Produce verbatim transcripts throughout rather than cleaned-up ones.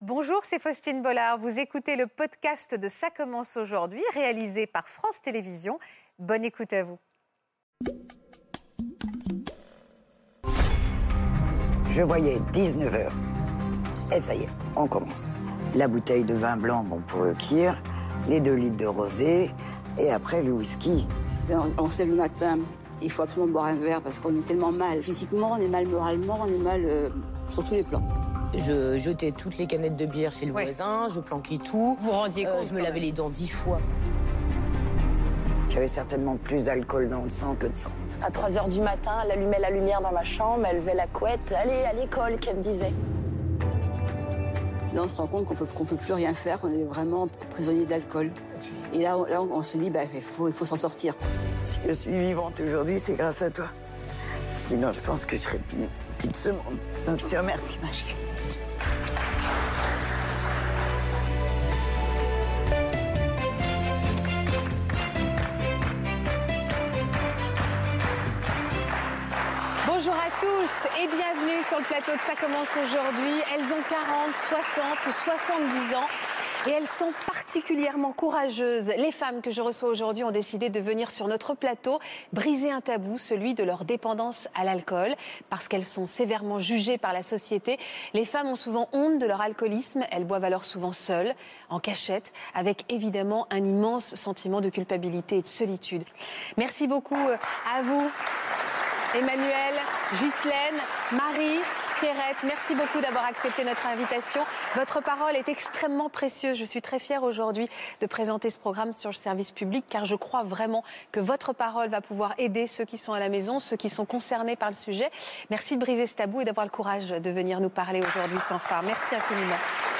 Bonjour, c'est Faustine Bollard. Vous écoutez le podcast de Ça commence aujourd'hui, réalisé par France Télévisions. Bonne écoute à vous. Je voyais dix-neuf heures. Et ça y est, on commence. La bouteille de vin blanc, bon, pour le kir, les deux litres de rosé, et après le whisky. On, on se lève le matin, il faut absolument boire un verre parce qu'on est tellement mal. Physiquement, on est mal moralement, on est mal euh, sur tous les plans. Je jetais toutes les canettes de bière chez le ouais. voisin, je planquais tout. Vous vous rendiez compte euh, Je me lavais les dents dix fois. J'avais certainement plus d'alcool dans le sang que de sang. À trois heures du matin, elle allumait la lumière dans ma chambre, elle levait la couette. Allez, à l'école, qu'elle me disait. Là, on se rend compte qu'on peut, qu'on peut plus rien faire, qu'on est vraiment prisonnier de l'alcool. Et là, on, là, on se dit, bah, il faut, il faut s'en sortir. Si je suis vivante aujourd'hui, c'est grâce à toi. Sinon, je pense que je serais plus, plus de ce monde. Donc, je te remercie, ma chérie. Bonjour à tous et bienvenue sur le plateau de Ça commence aujourd'hui. Elles ont quarante, soixante ou soixante-dix ans et elles sont particulièrement courageuses. Les femmes que je reçois aujourd'hui ont décidé de venir sur notre plateau briser un tabou, celui de leur dépendance à l'alcool, parce qu'elles sont sévèrement jugées par la société. Les femmes ont souvent honte de leur alcoolisme, elles boivent alors souvent seules, en cachette, avec évidemment un immense sentiment de culpabilité et de solitude. Merci beaucoup à vous. Emmanuel, Ghislaine, Marie, Pierrette, merci beaucoup d'avoir accepté notre invitation. Votre parole est extrêmement précieuse. Je suis très fière aujourd'hui de présenter ce programme sur le service public car je crois vraiment que votre parole va pouvoir aider ceux qui sont à la maison, ceux qui sont concernés par le sujet. Merci de briser ce tabou et d'avoir le courage de venir nous parler aujourd'hui sans phare. Merci infiniment.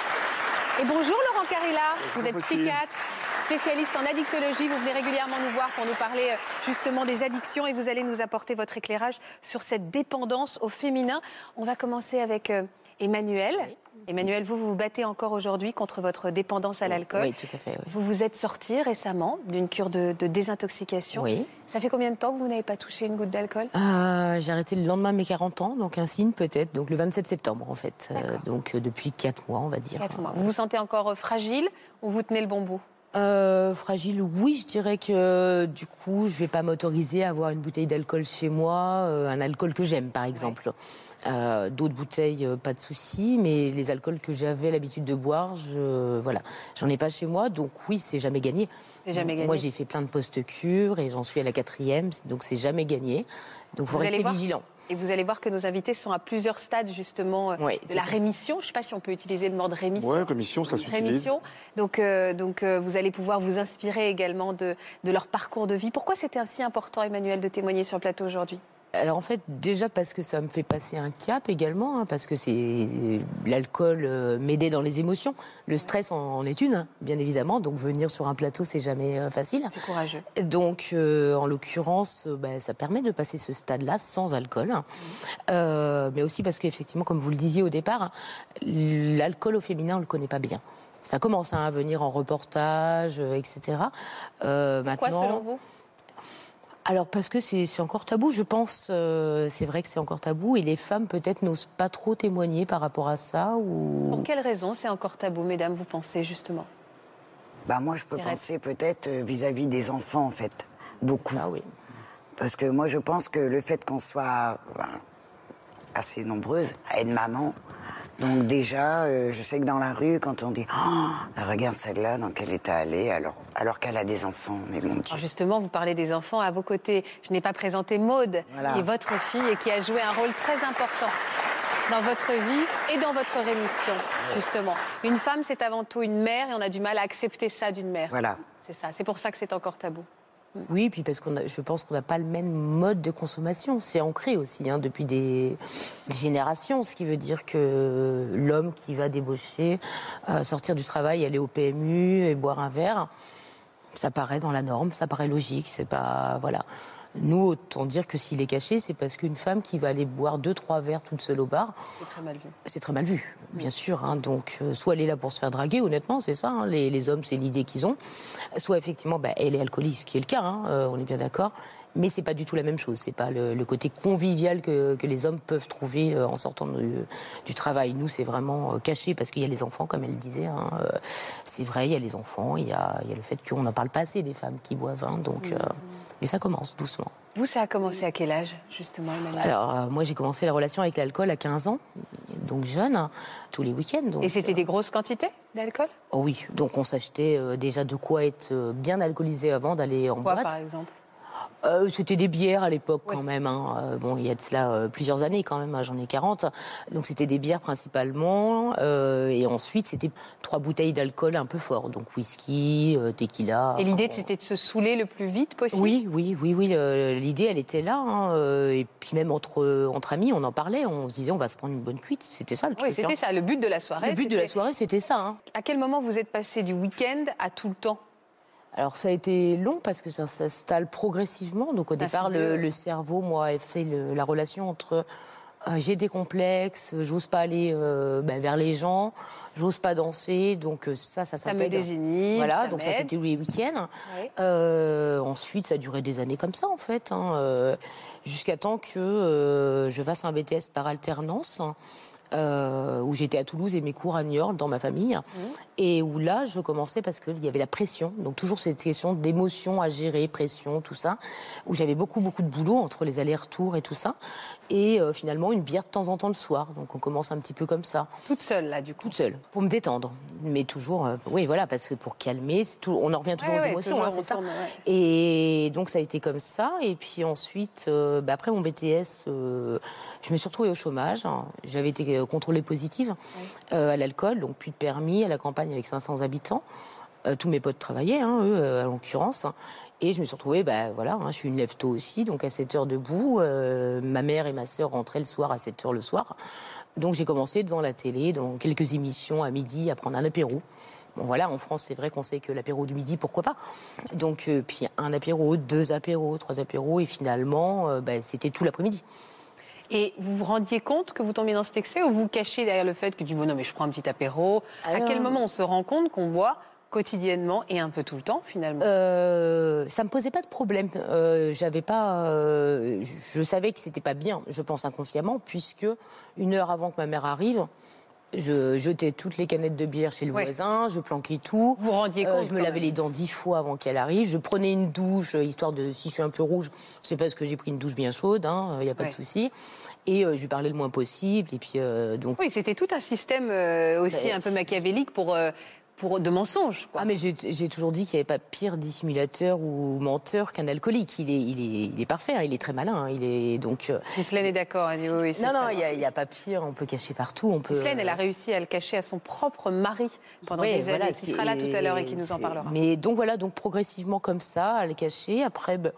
Et bonjour Laurent Carilla, vous êtes psychiatre, spécialiste en addictologie, vous venez régulièrement nous voir pour nous parler justement des addictions et vous allez nous apporter votre éclairage sur cette dépendance au féminin. On va commencer avec euh, Emmanuel. Oui. Emmanuel, vous, vous vous battez encore aujourd'hui contre votre dépendance à l'alcool. Oui, tout à fait. Oui. Vous vous êtes sorti récemment d'une cure de, de désintoxication. Oui. Ça fait combien de temps que vous n'avez pas touché une goutte d'alcool ? euh, J'ai arrêté le lendemain de mes quarante ans, donc un signe peut-être, donc le vingt-sept septembre en fait. Euh, donc euh, depuis quatre mois, on va dire. quatre mois. Vous vous sentez encore euh, fragile ou vous tenez le bon bout ? Euh, fragile, oui, je dirais que du coup, je vais pas m'autoriser à avoir une bouteille d'alcool chez moi, euh, un alcool que j'aime, par exemple. Ouais. Euh, d'autres bouteilles, euh, pas de souci, mais les alcools que j'avais l'habitude de boire, je, voilà, j'en ai pas chez moi, donc oui, c'est jamais gagné. C'est jamais gagné. Moi, j'ai fait plein de post-cures et j'en suis à la quatrième, donc c'est jamais gagné. Donc, faut rester vigilant. Et vous allez voir que nos invités sont à plusieurs stades, justement, oui, de la rémission. Je ne sais pas si on peut utiliser le mot de rémission. Oui, rémission, ça s'utilise. Rémission. Donc, euh, donc euh, vous allez pouvoir vous inspirer également de, de leur parcours de vie. Pourquoi c'était ainsi important, Emmanuel, de témoigner sur le plateau aujourd'hui ? Alors en fait, déjà parce que ça me fait passer un cap également, hein, parce que c'est l'alcool euh, m'aidait dans les émotions. Le stress en, en est une, hein, bien évidemment. Donc venir sur un plateau, c'est jamais euh, facile. C'est courageux. Donc euh, en l'occurrence, euh, bah, ça permet de passer ce stade-là sans alcool. Mmh. Euh, mais aussi parce qu'effectivement, comme vous le disiez au départ, l'alcool au féminin, on le connaît pas bien. Ça commence hein, à venir en reportage, euh, et cetera. Euh, Pourquoi maintenant, selon vous ? Alors parce que c'est, c'est encore tabou, je pense. Euh, c'est vrai que c'est encore tabou et les femmes peut-être n'osent pas trop témoigner par rapport à ça. Ou... Pour quelle raison c'est encore tabou, mesdames, vous pensez justement ? Bah moi je peux Pierrette. penser peut-être vis-à-vis des enfants en fait, beaucoup. Ah oui. Parce que moi je pense que le fait qu'on soit ben, assez nombreuses à être maman, donc déjà euh, je sais que dans la rue quand on dit oh, regarde celle-là dans quel état elle est alors, alors qu'elle a des enfants, mais mon Dieu. Alors justement vous parlez des enfants, à vos côtés je n'ai pas présenté Maude, voilà. Qui est votre fille et qui a joué un rôle très important dans votre vie et dans votre rémission, justement. Une femme, c'est avant tout une mère et on a du mal à accepter ça d'une mère. Voilà. C'est ça, c'est pour ça que c'est encore tabou. Oui, puis parce qu'on a, je pense qu'on n'a pas le même mode de consommation. C'est ancré aussi hein, depuis des, des générations, ce qui veut dire que l'homme qui va débaucher, euh, sortir du travail, aller au P M U et boire un verre, ça paraît dans la norme, ça paraît logique, c'est pas... Voilà. Nous, autant dire que s'il est caché, c'est parce qu'une femme qui va aller boire deux, trois verres toute seule au bar... C'est très mal vu. C'est très mal vu, bien sûr. Hein. Donc, euh, soit elle est là pour se faire draguer, honnêtement, c'est ça. Hein. Les, les hommes, c'est l'idée qu'ils ont. Soit, effectivement, bah, elle est alcoolique, ce qui est le cas, hein, euh, on est bien d'accord. Mais c'est pas du tout la même chose. C'est pas le, le côté convivial que, que les hommes peuvent trouver euh, en sortant du, du travail. Nous, c'est vraiment euh, caché parce qu'il y a les enfants, comme elle disait. Hein. Euh, c'est vrai, il y a les enfants, il y a, il y a le fait qu'on n'en parle pas assez des femmes qui boivent. Hein, donc, euh, mais ça commence doucement. Vous, ça a commencé à quel âge, justement, Emmanuelle ? Alors, euh, moi, j'ai commencé la relation avec l'alcool à quinze ans, donc jeune, hein, tous les week-ends. Donc, Et c'était euh... des grosses quantités d'alcool ? Oh oui, donc on s'achetait euh, déjà de quoi être euh, bien alcoolisé avant d'aller en Quoi, boîte. par exemple ? Euh, c'était des bières à l'époque oui. quand même. Hein. Euh, bon, il y a de cela euh, plusieurs années quand même. Hein, j'en ai quarante. Donc c'était des bières principalement. Euh, et ensuite, c'était trois bouteilles d'alcool un peu fort. Donc whisky, euh, tequila. Et l'idée, bon. c'était de se saouler le plus vite possible ? Oui, oui, oui, oui. Le, l'idée, elle était là. Hein, euh, et puis même entre, entre amis, on en parlait. On se disait, on va se prendre une bonne cuite. C'était ça le truc. Oui, c'était hein. ça. Le but de la soirée. Le but c'était... de la soirée, c'était ça. Hein. À quel moment vous êtes passé du week-end à tout le temps ? Alors ça a été long parce que ça s'installe progressivement. Donc au départ, le, le cerveau, moi, a fait le, la relation entre euh, j'ai des complexes, j'ose pas aller euh, ben, vers les gens, j'ose pas danser, donc ça, ça s'intègre. Ça me désinhibe. Voilà, ça donc m'aide. ça c'était les week-ends. Oui. Euh, ensuite, ça a duré des années comme ça en fait, hein, euh, jusqu'à temps que euh, je fasse un B T S par alternance. Euh, où j'étais à Toulouse et mes cours à Niort dans ma famille, mmh. et où là je commençais parce qu'il y avait la pression, donc toujours cette question d'émotions à gérer, pression, tout ça, où j'avais beaucoup beaucoup de boulot entre les allers-retours et tout ça, et euh, finalement une bière de temps en temps le soir, donc on commence un petit peu comme ça. Toute seule là du coup. Toute seule, pour me détendre, mais toujours, euh, oui voilà, parce que pour calmer, c'est tout, on en revient toujours ouais, aux ouais, émotions, toujours hein, c'est ça. Ouais. Et donc ça a été comme ça, et puis ensuite, euh, bah, après mon B T S, euh, je me suis retrouvée au chômage, hein. J'avais été contrôlée positive oui. euh, à l'alcool, donc plus de permis, à la campagne avec cinq cents habitants. Euh, tous mes potes travaillaient, hein, eux, euh, en l'occurrence. Et je me suis retrouvée, bah, voilà, hein, je suis une lève-tôt aussi, donc à sept heures debout. Euh, ma mère et ma sœur rentraient le soir à sept heures le soir. Donc j'ai commencé devant la télé, dans quelques émissions à midi, à prendre un apéro. Bon voilà, en France, c'est vrai qu'on sait que l'apéro du midi, pourquoi pas. Donc, euh, puis un apéro, deux apéros, trois apéros, et finalement, euh, bah, c'était tout l'après-midi. Et vous vous rendiez compte que vous tombiez dans cet excès ou vous cachez derrière le fait que du bon non mais je prends un petit apéro. Alors... À quel moment on se rend compte qu'on boit quotidiennement et un peu tout le temps finalement ? euh, Ça me posait pas de problème. Euh, j'avais pas, euh, je, je savais que c'était pas bien. Je pense inconsciemment puisque une heure avant que ma mère arrive, je jetais toutes les canettes de bière chez le ouais. voisin, je planquais tout. Vous vous rendiez compte ? euh, Je me lavais même. les dents dix fois avant qu'elle arrive. Je prenais une douche, histoire de, si je suis un peu rouge, c'est parce que j'ai pris une douche bien chaude, il hein, n'y a pas ouais. de souci. Et euh, je lui parlais le moins possible. Et puis, euh, donc... Oui, c'était tout un système euh, aussi bah, un peu machiavélique pour... Euh, Pour de mensonges. Quoi. Ah mais j'ai, j'ai toujours dit qu'il n'y avait pas pire dissimulateur ou menteur qu'un alcoolique. Il est, il est, il est parfait, hein, il est très malin. Hein, il est donc. Euh... Ghislaine est d'accord. Elle dit oui, oui, c'est non ça, non, il n'y a, a pas pire. On peut cacher partout. On peut. Ghislaine, elle a réussi à le cacher à son propre mari pendant ouais, des voilà, années. Qui sera là tout à l'heure et qui nous en parlera. Mais donc voilà, donc progressivement comme ça, à le cacher. Après bah,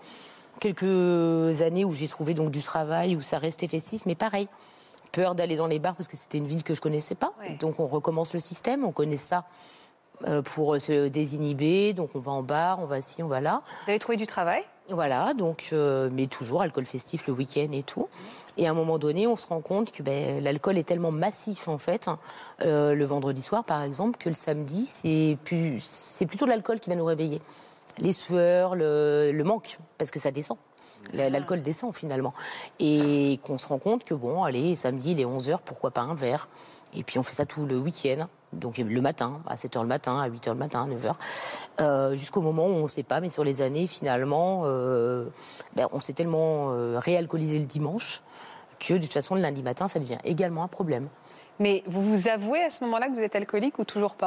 quelques années où j'ai trouvé donc du travail où ça restait festif, mais pareil. Peur d'aller dans les bars parce que c'était une ville que je connaissais pas. Ouais. Donc on recommence le système. On connaît ça. Euh, pour se désinhiber, donc on va en bar, on va ci, on va là. Vous avez trouvé du travail ? Voilà, donc, euh, mais toujours alcool festif le week-end et tout. Et à un moment donné, on se rend compte que ben, l'alcool est tellement massif, en fait, hein, euh, le vendredi soir, par exemple, que le samedi, c'est, plus, c'est plutôt de l'alcool qui va nous réveiller. Les sueurs, le, le manque, parce que ça descend. L'alcool descend, finalement. Et qu'on se rend compte que, bon, allez, samedi, il est onze heures, pourquoi pas un verre ? Et puis on fait ça tout le week-end, donc le matin, à sept heures le matin, à huit heures le matin, à neuf heures, euh, jusqu'au moment où on ne sait pas, mais sur les années, finalement, euh, ben, on s'est tellement euh, réalcoolisé le dimanche que de toute façon, le lundi matin, ça devient également un problème. Mais vous vous avouez à ce moment-là que vous êtes alcoolique ou toujours pas ?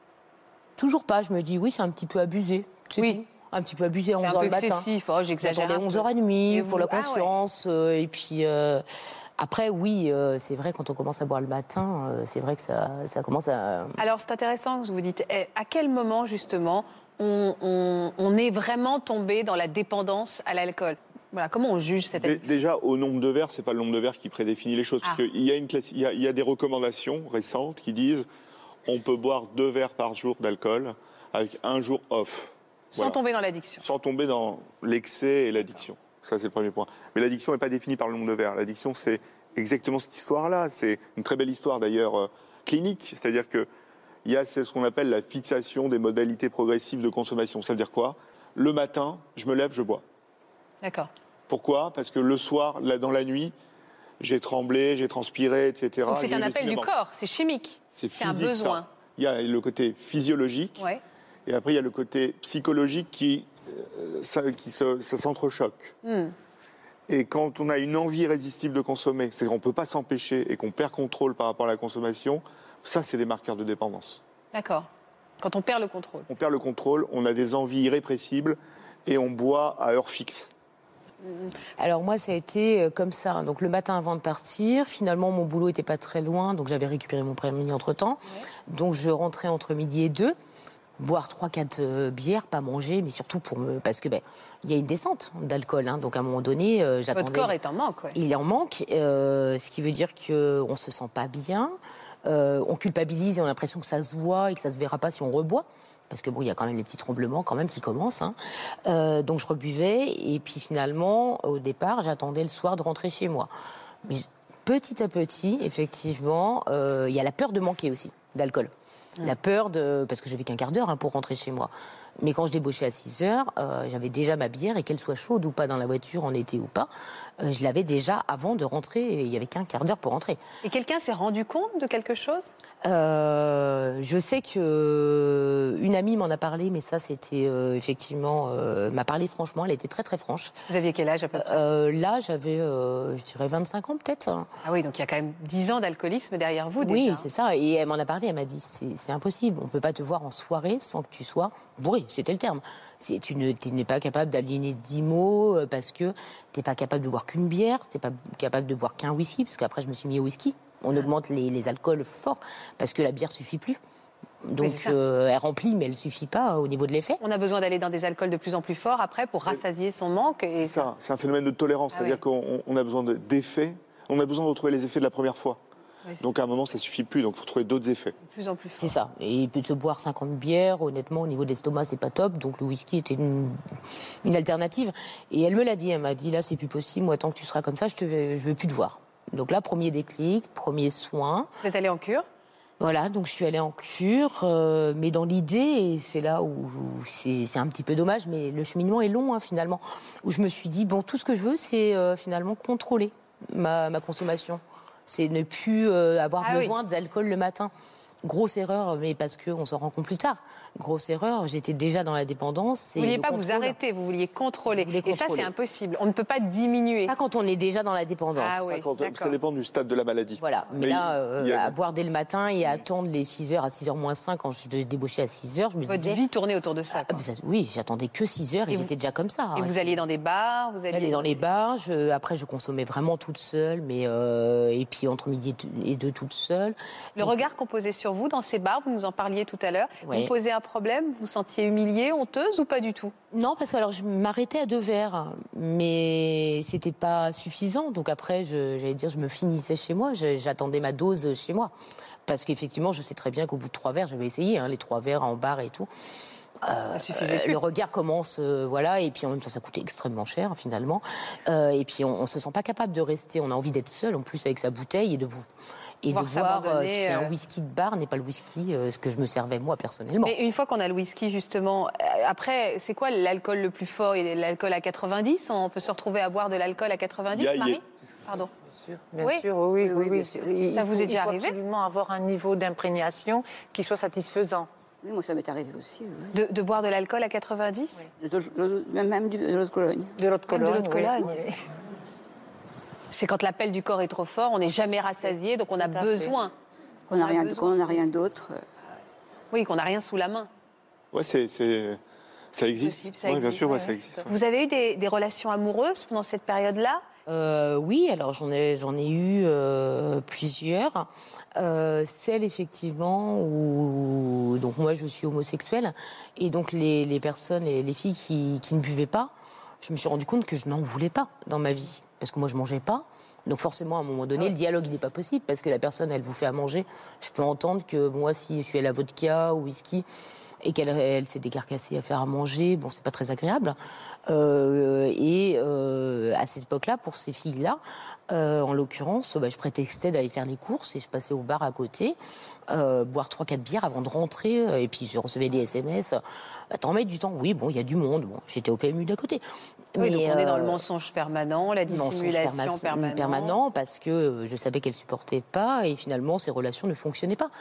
Toujours pas, je me dis, oui, c'est un petit peu abusé. C'est oui. Tout. Un petit peu abusé à onze heures le matin. C'est un peu excessif, oh, j'exagère. J'attendais onze heures trente pour la conscience, ah, ouais. euh, et puis... Euh, Après, oui, euh, c'est vrai, quand on commence à boire le matin, euh, c'est vrai que ça, ça commence à... Alors, c'est intéressant que vous dites, eh, à quel moment, justement, on, on, on est vraiment tombé dans la dépendance à l'alcool ? Voilà, comment on juge cette addiction ? Déjà, au nombre de verres, c'est pas le nombre de verres qui prédéfinit les choses. Ah. Parce qu'il y a, une classe, il y a, il y a des recommandations récentes qui disent on peut boire deux verres par jour d'alcool avec un jour off. Sans voilà. tomber dans l'addiction. Sans tomber dans l'excès et l'addiction. Ça, c'est le premier point. Mais l'addiction n'est pas définie par le nombre de verres. L'addiction, c'est exactement cette histoire-là. C'est une très belle histoire, d'ailleurs, euh, clinique. C'est-à-dire qu'il y a ce qu'on appelle la fixation des modalités progressives de consommation. Ça veut dire quoi? Le matin, je me lève, je bois. D'accord. Pourquoi? Parce que le soir, là, dans la nuit, j'ai tremblé, j'ai transpiré, et cetera. Donc c'est un appel du corps, c'est chimique. C'est C'est un physique, besoin. ça. Il y a le côté physiologique, Ouais. et après il y a le côté psychologique qui, euh, ça, qui se, ça s'entrechoque. Hmm. Et quand on a une envie irrésistible de consommer, c'est qu'on ne peut pas s'empêcher et qu'on perd contrôle par rapport à la consommation, ça c'est des marqueurs de dépendance. D'accord. Quand on perd le contrôle. On perd le contrôle, on a des envies irrépressibles et on boit à heure fixe. Alors moi, ça a été comme ça. Donc le matin avant de partir, finalement, mon boulot n'était pas très loin, donc j'avais récupéré mon permis entre-temps. Ouais. Donc je rentrais entre midi et deux, boire trois, quatre euh, bières, pas manger, mais surtout pour me... parce que ben, y a une descente d'alcool. Hein, donc à un moment donné, euh, j'attendais... Votre corps est en manque, ouais. Il est en manque, euh, ce qui veut dire qu'on ne se sent pas bien, euh, on culpabilise et on a l'impression que ça se voit et que ça ne se verra pas si on reboit. Parce que bon, il y a quand même les petits tremblements quand même qui commencent. Hein. Euh, donc je rebuvais et puis finalement, au départ, j'attendais le soir de rentrer chez moi. Mais petit à petit, effectivement, euh, il y a la peur de manquer aussi d'alcool. Mmh. La peur de... Parce que j'avais qu'un quart d'heure hein, pour rentrer chez moi. Mais quand je débauchais à six heures, euh, j'avais déjà ma bière et qu'elle soit chaude ou pas dans la voiture, en été ou pas, euh, je l'avais déjà avant de rentrer. Et il n'y avait qu'un quart d'heure pour rentrer. Et quelqu'un s'est rendu compte de quelque chose? euh, Je sais que une amie m'en a parlé, mais ça c'était euh, effectivement euh, m'a parlé franchement. Elle était très très franche. Vous aviez quel âge à peu près? euh, Là, j'avais, euh, je dirais vingt-cinq ans peut-être. Ah oui, donc il y a quand même dix ans d'alcoolisme derrière vous déjà. Oui, c'est ça. Et elle m'en a parlé. Elle m'a dit c'est, c'est impossible. On peut pas te voir en soirée sans que tu sois bourré. C'était le terme. C'est, tu, ne, tu n'es pas capable d'aligner dix mots parce que tu n'es pas capable de boire qu'une bière, tu n'es pas capable de boire qu'un whisky, parce qu'après je me suis mis au whisky. On augmente les, les alcools forts parce que la bière suffit plus. Donc oui, euh, elle remplit, mais elle ne suffit pas au niveau de l'effet. On a besoin d'aller dans des alcools de plus en plus forts après pour rassasier son manque. Et... C'est ça, c'est un phénomène de tolérance, ah c'est-à-dire oui. qu'on on a besoin de, d'effets, on a besoin de retrouver les effets de la première fois. Oui, donc à un moment, ça ne suffit plus, donc il faut trouver d'autres effets. De plus en plus fort. C'est ça. Et il peut se boire cinquante bières, honnêtement, au niveau de l'estomac, c'est pas top. Donc le whisky était une, une alternative. Et elle me l'a dit, elle m'a dit, là, c'est plus possible, moi, tant que tu seras comme ça, je ne veux plus te voir. Donc là, premier déclic, premier soin. Vous êtes allée en cure? Voilà, donc je suis allée en cure, euh, mais dans l'idée, et c'est là où, où c'est, c'est un petit peu dommage, mais le cheminement est long, hein, finalement, où je me suis dit, bon, tout ce que je veux, c'est euh, finalement contrôler ma, ma consommation. C'est ne plus euh, avoir ah, besoin oui. d'alcool le matin. Grosse erreur, mais parce qu'on s'en rend compte plus tard. Grosse erreur, j'étais déjà dans la dépendance. Vous ne vouliez pas contrôle. vous arrêter, vous vouliez contrôler. Et contrôler. Ça, c'est impossible. On ne peut pas diminuer. Pas quand on est déjà dans la dépendance. Ah oui, quand, ça dépend du stade de la maladie. Voilà, mais, mais là, euh, a... à boire dès le matin et à attendre les six heures à six heures moins cinq, quand je débauchais à six heures, je me Votre disais... Votre vie tournait autour de ça, ah, ça Oui, j'attendais que six heures et, et j'étais vous... déjà comme ça. Et hein, vous alliez dans des bars vous alliez J'allais dans les bars, je... après je consommais vraiment toute seule, mais euh... et puis entre midi et deux toute seule. Le Donc... regard qu'on posait sur vous dans ces bars, vous nous en parliez tout à l'heure, ouais. Vous posez un problème, vous vous sentiez humiliée, honteuse ou pas du tout? Non, parce que alors, je m'arrêtais à deux verres, mais c'était pas suffisant. Donc après, je, j'allais dire, je me finissais chez moi, je, j'attendais ma dose chez moi. Parce qu'effectivement, je sais très bien qu'au bout de trois verres, j'avais essayé, hein, les trois verres en bar et tout. Euh, euh, le regard commence, euh, voilà, et puis en même temps, ça coûtait extrêmement cher, finalement. Euh, et puis, on ne se sent pas capable de rester, on a envie d'être seul, en plus, avec sa bouteille, et de vous... Et voir de voir euh, que un whisky de bar n'est pas le whisky euh, ce que je me servais moi personnellement. Mais une fois qu'on a le whisky justement, euh, après c'est quoi l'alcool le plus fort? Il y a l'alcool à quatre-vingt-dix? On peut se retrouver à boire de l'alcool à quatre-vingt-dix, a, Marie? a... Pardon. Bien sûr, bien oui. sûr, oui, oui, oui, oui. Ça il vous faut, est déjà arrivé? Il faut absolument avoir un niveau d'imprégnation qui soit satisfaisant. Oui, moi ça m'est arrivé aussi. Oui. De, de boire de l'alcool à quatre-vingt-dix? Oui. De, de, de, même de l'eau de Cologne. De l'eau de Cologne, de l'eau de Cologne. Oui, oui. C'est quand l'appel du corps est trop fort, on n'est jamais rassasié, donc on a besoin. Fait. Qu'on n'a rien, qu'on n'a rien d'autre. Oui, qu'on n'a rien sous la main. Ouais, c'est, c'est... ça existe. Possible, ça ouais, existe, bien sûr, ouais, ouais. ça existe. Ouais. Vous avez eu des, des relations amoureuses pendant cette période-là? euh, Oui, alors j'en ai, j'en ai eu euh, plusieurs. Euh, celle effectivement où donc moi je suis homosexuelle et donc les, les personnes, les, les filles qui, qui ne buvaient pas, je me suis rendu compte que je n'en voulais pas dans ma vie parce que moi je mangeais pas. Donc forcément, à un moment donné, ah ouais. le dialogue, il n'est pas possible, parce que la personne, elle vous fait à manger. Je peux entendre que moi, si je suis à la vodka ou whisky, et qu'elle elle, s'est décarcassée à faire à manger. Bon, c'est pas très agréable. Euh, et euh, à cette époque-là, pour ces filles-là, euh, en l'occurrence, bah, je prétextais d'aller faire les courses et je passais au bar à côté, euh, boire trois quatre bières avant de rentrer. Et puis je recevais des S M S. Bah, t'en mets du temps? Oui, bon, il y a du monde. Bon, j'étais au P M U d'à côté. Oui, Mais, donc on est dans euh, le mensonge permanent, la dissimulation perma- permanente. permanent, parce que je savais qu'elle supportait pas et finalement ces relations ne fonctionnaient pas.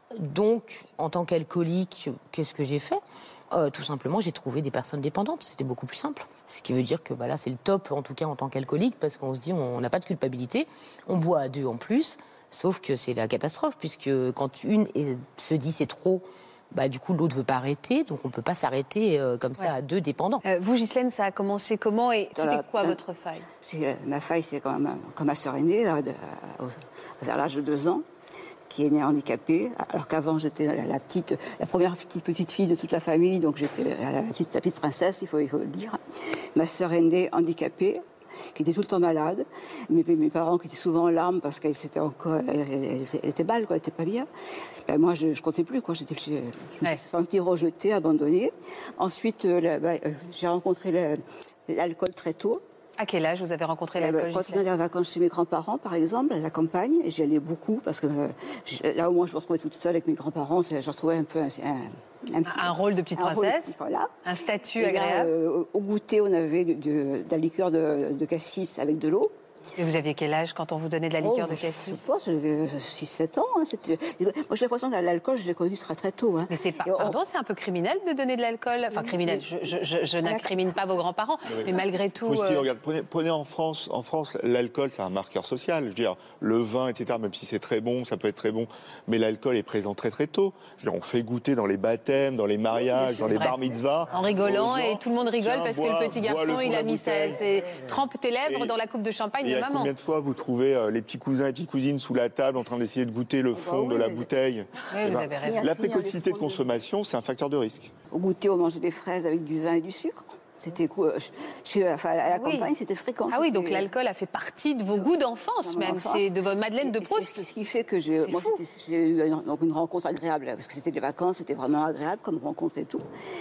Donc, en tant qu'alcoolique, qu'est-ce que j'ai fait ? Euh, tout simplement, j'ai trouvé des personnes dépendantes. C'était beaucoup plus simple. Ce qui veut dire que bah, là, c'est le top, en tout cas en tant qu'alcoolique, parce qu'on se dit on n'a pas de culpabilité, on boit à deux en plus, sauf que c'est la catastrophe, puisque quand une est- se dit c'est trop, bah, du coup l'autre ne veut pas arrêter, donc on ne peut pas s'arrêter euh, comme ça Ouais. à deux dépendants. Euh, vous, Ghislaine, ça a commencé comment et Dans c'était la- quoi dans- votre faille? C'est- Ma faille, c'est quand même comme ma sœur aînée, euh, de- euh, vers l'âge de deux ans, qui est née handicapée, alors qu'avant j'étais la, la petite, la première petite, petite fille de toute la famille, donc j'étais la, la petite, la petite princesse, il faut, il faut le dire. Ma sœur aînée handicapée, qui était tout le temps malade, mes, mes parents qui étaient souvent en larmes parce qu'elle s'était encore, elle, elle- elle- elle était mal, quoi, elle était pas bien. Ben, moi, je, je comptais plus, quoi. J'étais, je, je me Ouais. suis sentie rejetée, abandonnée. Ensuite, euh, la- ben, euh, j'ai rencontré le- l'alcool très tôt. À quel âge vous avez rencontré Eh ben, l'alcool, quand on Ghislaine? allait en vacances chez mes grands-parents, par exemple, à la campagne, j'y allais beaucoup parce que euh, je- là, au moins, je me retrouvais toute seule avec mes grands-parents. c'est- Je retrouvais un peu un, un, un petit- Un rôle de petite un rôle de princesse, petite- voilà. un statut Et là, agréable. euh, au goûter, on avait de, de, de la liqueur de, de cassis avec de l'eau. Et vous aviez quel âge quand on vous donnait de la liqueur Oh, de Je cassis? pense, j'avais six sept ans. Hein, c'était- Moi, j'ai l'impression que l'alcool, je l'ai connu très très tôt. Hein. Mais c'est pas, Et on- pardon, c'est un peu criminel de donner de l'alcool. Enfin, criminel. Je, je, je, je n'incrimine pas vos grands-parents, mais malgré tout. Faut se dire, euh, regarde, prenez, prenez en France, en France, l'alcool, c'est un marqueur social. Je veux dire, le vin, et cetera, même si c'est très bon, ça peut être très bon, mais l'alcool est présent très très tôt. Je veux dire, on fait goûter dans les baptêmes, dans les mariages, dans les vrai. bar mitzvahs. En rigolant, aux gens, et tout le monde rigole tiens, parce bois, que le petit bois garçon, le fond il de a la mis sa, bouteille. ses- trempe tes lèvres Et- dans la coupe de Et champagne il y de a maman. combien de fois vous trouvez euh, les petits cousins et petites cousines sous la table en train d'essayer de goûter le fond oui, de la mais- bouteille? Oui, Eh vous ben, avez raison. Finir La les précocité de fonds de- consommation, c'est un facteur de risque. Au goûter, on mangeait des fraises avec du vin et du sucre. C'était quoi chez, enfin, à la Oui. campagne, c'était fréquent. Ah oui, C'était- donc l'alcool a fait partie de vos goûts d'enfance, dans mon même. enfance. C'est de votre Madeleine de Et- et- Proust. et Ce qui fait que j'ai, moi, fou. c'était- j'ai eu une, donc une rencontre agréable, parce que c'était des vacances, c'était vraiment agréable comme rencontre et tout.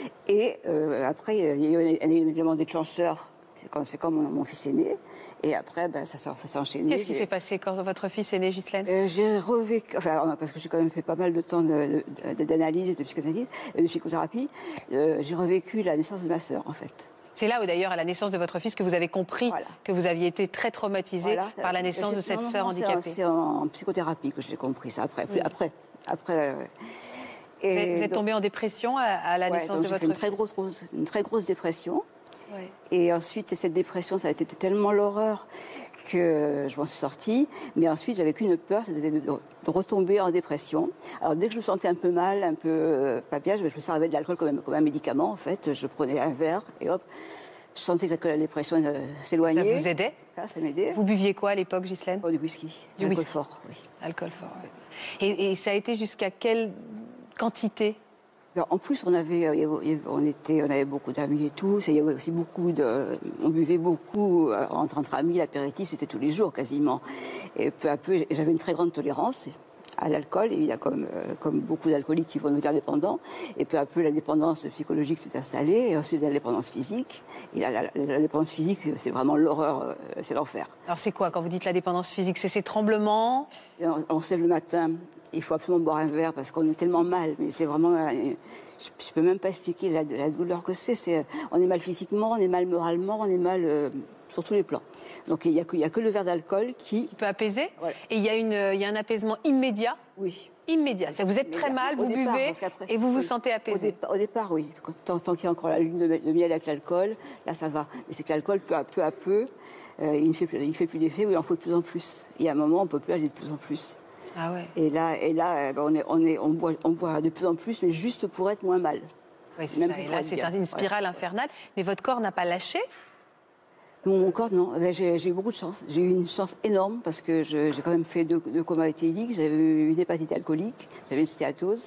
Et euh, après, il y a eu un, un élément déclencheur, c'est quand, c'est quand mon, mon fils est né. Et après, ben, ça, s'est- ça s'est enchaîné. Qu'est-ce qui J'ai- s'est passé quand votre fils est né, Ghislaine? Euh, j'ai revécu, enfin, parce que j'ai quand même fait pas mal de temps de- de- d'analyse et de psychanalyse, et de psychothérapie, euh, j'ai revécu la naissance de ma sœur, en fait. C'est là où, d'ailleurs, à la naissance de votre fils, que vous avez compris Voilà. que vous aviez été très traumatisé Voilà. par la naissance C'est- de cette non, non, sœur non, c'est en- handicapée. C'est en, en psychothérapie que je l'ai compris, ça, après. Plus- après, après euh, Vous et êtes- vous êtes donc- tombé en dépression à, à la ouais, naissance donc de j'ai votre fait une très fils. grosse, grosse- une très grosse dépression. Ouais. Et ensuite, cette dépression, ça a été tellement l'horreur que je m'en suis sortie. Mais ensuite, j'avais qu'une peur, c'était de, de retomber en dépression. Alors, dès que je me sentais un peu mal, un peu euh, pas bien, je me servais de l'alcool comme, un- comme un médicament, en fait. Je prenais un verre et hop, je sentais que la dépression euh, s'éloignait. Ça vous aidait? Ça, ça m'aidait. Vous buviez quoi à l'époque, Ghislaine? Oh, du whisky. Du alcool whisky. fort, oui. Alcool fort. ouais. Et, et ça a été jusqu'à quelle quantité? Alors, en plus, on avait, euh, on était, on avait beaucoup d'amis et tout. Il y avait aussi beaucoup de, on buvait beaucoup euh, entre, entre amis. L'apéritif, c'était tous les jours quasiment. Et peu à peu, j'avais une très grande tolérance à l'alcool, évidemment, comme, euh, comme beaucoup d'alcooliques qui vont devenir dépendants. Et peu à peu, la dépendance psychologique s'est installée, et ensuite la dépendance physique. Et la, la, la dépendance physique, c'est vraiment l'horreur, euh, c'est l'enfer. Alors c'est quoi quand vous dites la dépendance physique? C'est ces tremblements? Et on, on se lève le matin, il faut absolument boire un verre parce qu'on est tellement mal. Mais c'est vraiment, euh, je, je peux même pas expliquer la, la douleur que c'est. c'est. On est mal physiquement, on est mal moralement, on est mal euh, sur tous les plans. Donc il n'y a, que- il y a que le verre d'alcool qui... Qui peut apaiser? Ouais. Et il y, a une- il y a un apaisement immédiat? Oui. Immédiat. C'est-à-dire vous êtes très Immédiat. mal, Au vous départ, buvez parce qu'après- et vous vous oui. sentez Au, apaisé. départ, au départ, oui. Quand- Tant, tant qu'il y a encore la lune de, de miel avec l'alcool, là, ça va. Mais c'est que l'alcool, peu à peu, à peu euh, il ne fait plus, il fait plus d'effet, ou il en faut de plus en plus. Et à un moment, on ne peut plus aller de plus en plus. Ah ouais. Et là, et là euh, ben, on, est, on, est, on, boit, on boit de plus en plus, mais juste pour être moins mal. Oui, c'est Même ça. plus Et pour là, être c'est bien. un- une spirale infernale. Mais votre corps n'a pas lâché? Mon, mon corps, non. Ben, J'ai j'ai eu beaucoup de chance. J'ai eu une chance énorme parce que je- j'ai quand même fait deux, deux comas éthyliques. J'avais eu une hépatite alcoolique, j'avais une stéatose.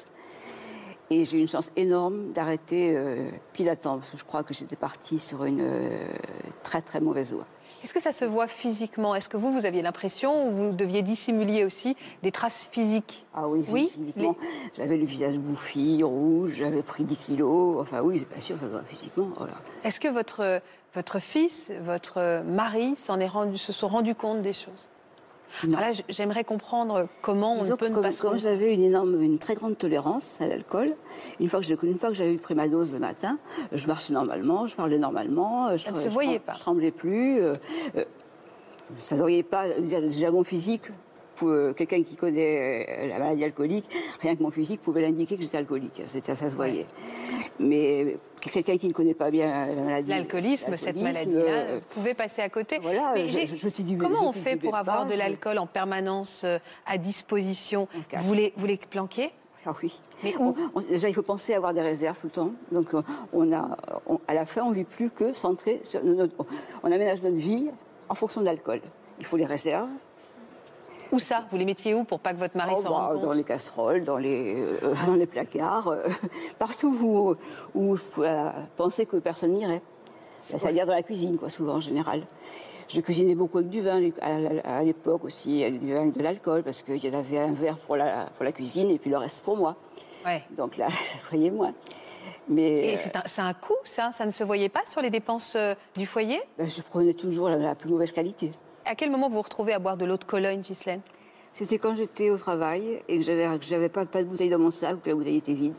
Et j'ai eu une chance énorme d'arrêter euh, pile à temps, parce que je crois que j'étais partie sur une euh, très très mauvaise voie. Est-ce que ça se voit physiquement? Est-ce que vous, vous aviez l'impression, ou vous deviez dissimuler aussi des traces physiques? Ah oui, Oui, physiquement. Les... J'avais le visage bouffi, rouge, j'avais pris dix kilos. Enfin oui, bien sûr, ça se voit physiquement. Voilà. Est-ce que votre, votre fils, votre mari s'en est rendu, se sont rendus compte des choses? Alors là, j'aimerais comprendre comment on Disons peut ne comme, pas se comme j'avais une énorme, une très grande tolérance à l'alcool, une fois que j'ai, une fois que j'avais pris ma dose le matin, je marchais normalement, je parlais normalement, je, ça ne se voyait je, pas. Je tremblais plus, euh, euh, ça ne se voyait pas. Déjà mon physique, pour euh, quelqu'un qui connaît euh, la maladie alcoolique, rien que mon physique pouvait l'indiquer que j'étais alcoolique. C'était, ça se voyait. Ouais. Mais quelqu'un qui ne connaît pas bien la maladie, l'alcoolisme, l'alcoolisme cette maladie-là, euh, pouvait passer à côté. Voilà, je, je, je du, comment je on fait pour avoir pas, de l'alcool je... en permanence euh, à disposition? Vous les, vous les planquez? Ah oui. Mais où? on, on, déjà, il faut penser à avoir des réserves tout le temps. Donc, on a, on, à la fin, on ne vit plus que centré sur notre... On aménage notre vie en fonction de l'alcool. Il faut les réserves. Où ça? Vous les mettiez où pour pas que votre mari oh, s'en bah, rende compte? Dans les casseroles, dans les, euh, dans les placards, euh, partout où, où je pouvais euh, penser que personne n'irait. C'est-à-dire dans la cuisine, quoi, souvent, en général. Je cuisinais beaucoup avec du vin à l'époque aussi, avec du vin avec de l'alcool, parce qu'il y en avait un verre pour la, pour la cuisine et puis le reste pour moi. Ouais. Donc là, ça se voyait moins. Mais, et c'est un, c'est un coût, ça? Ça ne se voyait pas sur les dépenses euh, du foyer? Ben, je prenais toujours la, la plus mauvaise qualité. À quel moment vous vous retrouvez à boire de l'eau de Cologne, Ghislaine? C'était quand j'étais au travail et que j'avais, que j'avais pas, pas de bouteille dans mon sac, ou que la bouteille était vide.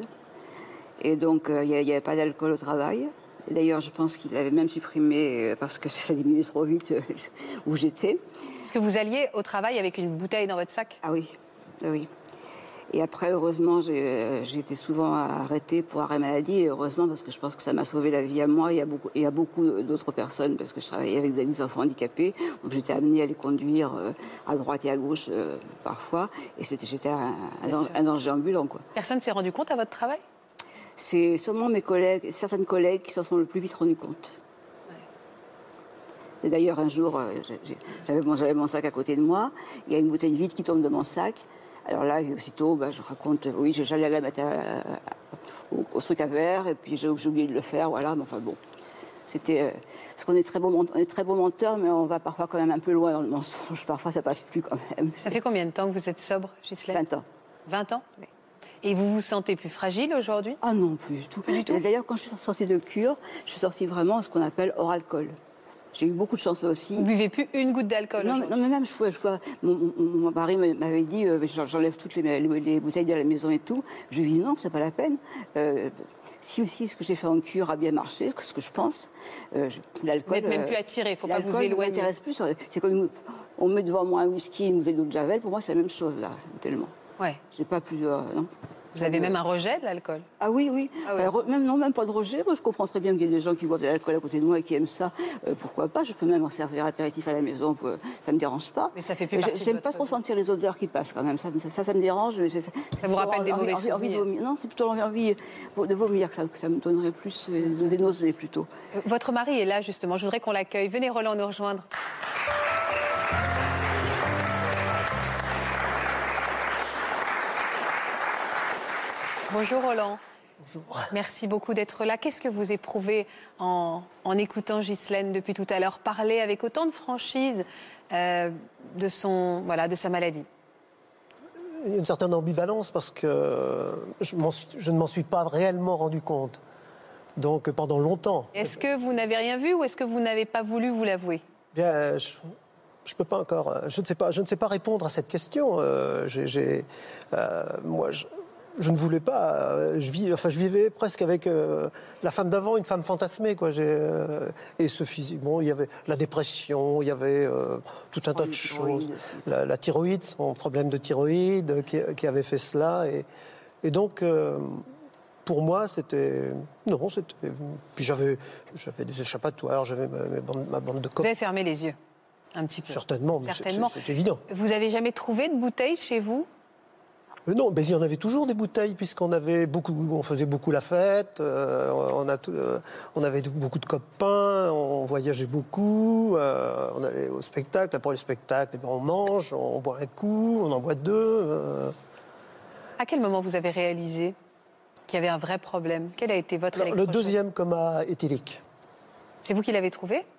Et donc, il euh, n'y avait pas d'alcool au travail. Et d'ailleurs, je pense qu'il l'avait même supprimé euh, parce que ça diminuait trop vite euh, où j'étais. Est-ce que vous alliez au travail avec une bouteille dans votre sac? Ah oui, oui. Et après, heureusement, j'ai, euh, j'ai été souvent arrêtée pour arrêt maladie. Et heureusement, parce que je pense que ça m'a sauvé la vie à moi et à beaucoup, et à beaucoup d'autres personnes, parce que je travaillais avec des enfants handicapés. Donc j'étais amenée à les conduire euh, à droite et à gauche euh, parfois. Et c'était, j'étais un, un, un danger ambulant, quoi. Personne ne s'est rendu compte à votre travail? C'est seulement mes collègues, certaines collègues qui s'en sont le plus vite rendus compte. Ouais. Et d'ailleurs, un jour, euh, j'avais, mon, j'avais mon sac à côté de moi. Il y a une bouteille vide qui tombe de mon sac. Alors là, aussitôt, bah, je raconte, oui, j'allais la mettre à, à, au, au truc à verre, et puis j'ai, j'ai oublié de le faire, voilà, mais enfin bon. C'était, euh, parce qu'on est très beaux, on est très beaux menteurs, mais on va parfois quand même un peu loin dans le mensonge. Parfois, ça passe plus quand même. Ça fait combien de temps que vous êtes sobre, Ghislaine? vingt ans. vingt ans? Oui. Et vous vous sentez plus fragile aujourd'hui? Ah non, plus du tout. Plus du tout. Et d'ailleurs, quand je suis sortie de cure, je suis sortie vraiment ce qu'on appelle hors alcool. J'ai eu beaucoup de chance là aussi. Vous buvez plus une goutte d'alcool? Non, non, mais même, je pouvais, je pouvais, mon, mon, mon mari m'avait dit, euh, j'enlève toutes les, les, les bouteilles de la maison et tout. Je lui ai dit non, c'est pas la peine. Euh, si aussi ce que j'ai fait en cure a bien marché, ce que je pense, euh, je, l'alcool... Vous n'êtes même plus attiré, il ne faut pas vous éloigner. L'alcool ne m'intéresse plus. C'est comme on met devant moi un whisky et une bouteille d'eau de Javel, pour moi c'est la même chose là, tellement. Ouais. J'ai pas plus... Euh, non. Vous avez même un rejet de l'alcool? Ah oui, oui. Ah ouais. Alors, même, non, même pas de rejet. Moi, je comprends très bien qu'il y ait des gens qui boivent de l'alcool à côté de moi et qui aiment ça. Euh, pourquoi pas? Je peux même en servir apéritif à la maison. Pour, ça me dérange pas. Mais ça fait plus partie de J'aime votre pas trop vie. sentir les odeurs qui passent quand même. Ça, ça, ça, ça me dérange. Mais c'est, c'est ça vous rappelle des mauvais envie, envie de souvenirs? vomir. Non, c'est plutôt envie de vomir que ça, que ça me donnerait plus euh, des nausées plutôt. Votre mari est là justement. Je voudrais qu'on l'accueille. Venez, Roland, nous rejoindre. Bonjour Roland. Bonjour. Merci beaucoup d'être là. Qu'est-ce que vous éprouvez en, en écoutant Ghislaine depuis tout à l'heure parler avec autant de franchise euh, de, son, voilà, de sa maladie? Il y a une certaine ambivalence parce que je, je ne m'en suis pas réellement rendu compte. Donc pendant longtemps. Est-ce que vous n'avez rien vu ou est-ce que vous n'avez pas voulu vous l'avouer? Bien, je... Je peux pas encore. Je ne sais pas. Je ne sais pas répondre à cette question. Euh, j'ai, j'ai, euh, moi, je, je ne voulais pas. Je vis. Enfin, je vivais presque avec euh, la femme d'avant, une femme fantasmée, quoi. J'ai, euh, et ce physique. Bon, il y avait la dépression, il y avait euh, tout un tas de choses. La, la thyroïde, son problème de thyroïde, qui, qui avait fait cela. Et, et donc. Euh, Pour moi, c'était... Non, c'était... Puis j'avais, j'avais des échappatoires, j'avais ma, ma, bande, ma bande de copains. Vous avez fermé les yeux, un petit peu. Certainement, mais Certainement. C'est, c'est, c'est évident. Vous avez jamais trouvé de bouteilles chez vous? Mais non, mais il y en avait toujours des bouteilles, puisqu'on avait beaucoup, on faisait beaucoup la fête, euh, on, a tout, euh, on avait beaucoup de copains, on voyageait beaucoup, euh, on allait au spectacle, après le spectacle, eh ben on mange, on boit un coup, on en boit deux. Euh... À quel moment vous avez réalisé qu'il y avait un vrai problème? Quel a été votre électrochoc? Le deuxième coma éthylique. C'est vous qui l'avez trouvé?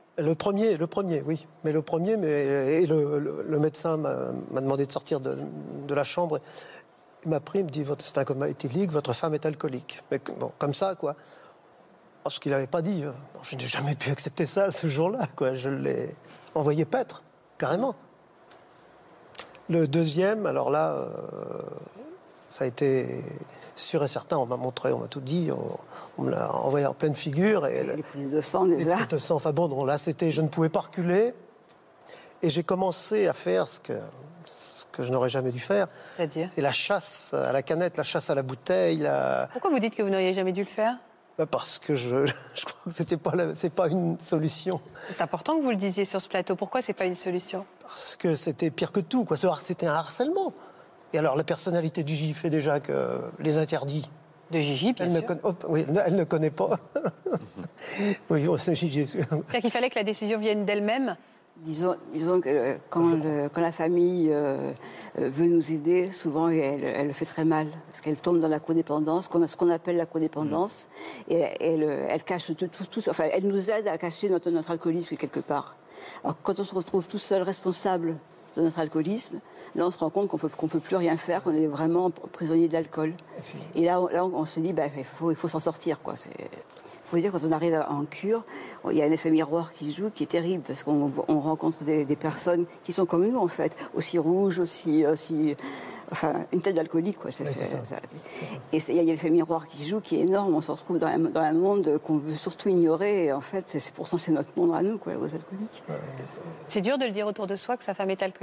Le premier, le premier, oui. Mais le premier, mais, et le, le, le médecin m'a, m'a demandé de sortir de, de la chambre. Il m'a pris, il me dit, c'est un coma éthylique, votre femme est alcoolique. Mais bon, comme ça, quoi. Parce qu'il n'avait pas dit. Euh, bon, je n'ai jamais pu accepter ça ce jour-là, quoi. Je l'ai envoyé paître, carrément. Le deuxième, alors là, euh, ça a été sûr et certain. On m'a montré, on m'a tout dit. On, on me l'a envoyé en pleine figure. Et les prises de sang, déjà. Les prises de sang, enfin bon, bon, là, c'était, je ne pouvais pas reculer. Et j'ai commencé à faire ce que, ce que je n'aurais jamais dû faire. C'est-à-dire ? C'est la chasse à la canette, la chasse à la bouteille. La... Pourquoi vous dites que vous n'auriez jamais dû le faire ? Parce que je, je crois que c'était pas la, c'est pas une solution. C'est important que vous le disiez sur ce plateau. Pourquoi c'est pas une solution ? Parce que c'était pire que tout, quoi. C'était un harcèlement. Et alors la personnalité de Gigi fait déjà que les interdits. De Gigi, bien elle sûr. Ne conna... oh, oui, elle ne connaît pas. Oui, oh, c'est Gigi. C'est-à-dire qu'il fallait que la décision vienne d'elle-même ? Disons, disons que quand, le, quand la famille euh, veut nous aider, souvent elle, elle le fait très mal, parce qu'elle tombe dans la codépendance, ce qu'on appelle la codépendance, mmh. et elle, elle cache tout, tout, tout, enfin, elle nous aide à cacher notre, notre alcoolisme quelque part. Alors quand on se retrouve tout seul responsable de notre alcoolisme, là on se rend compte qu'on peut, qu'on peut plus rien faire, qu'on est vraiment prisonnier de l'alcool. Et là, on, là on, on se dit, bah, il faut, il faut s'en sortir, quoi. C'est... Il faut dire, quand on arrive en cure, il y a un effet miroir qui joue, qui est terrible, parce qu'on on rencontre des, des personnes qui sont comme nous, en fait, aussi rouges, aussi... aussi enfin, une tête d'alcoolique, quoi. C'est, oui, c'est, c'est ça. Ça. Et il y a l'effet miroir qui joue, qui est énorme. On se retrouve dans un, dans un monde qu'on veut surtout ignorer. Et en fait, c'est, c'est pourtant, c'est notre monde à nous, quoi, aux alcooliques. Ouais, c'est dur de le dire autour de soi que sa femme est alcoolique ?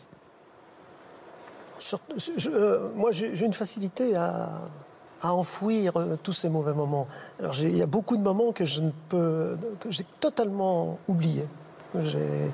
Sur, je, euh, moi, j'ai, j'ai une facilité à... à enfouir euh, tous ces mauvais moments. Alors, il y a beaucoup de moments que je ne peux, que j'ai totalement oubliés. J'ai,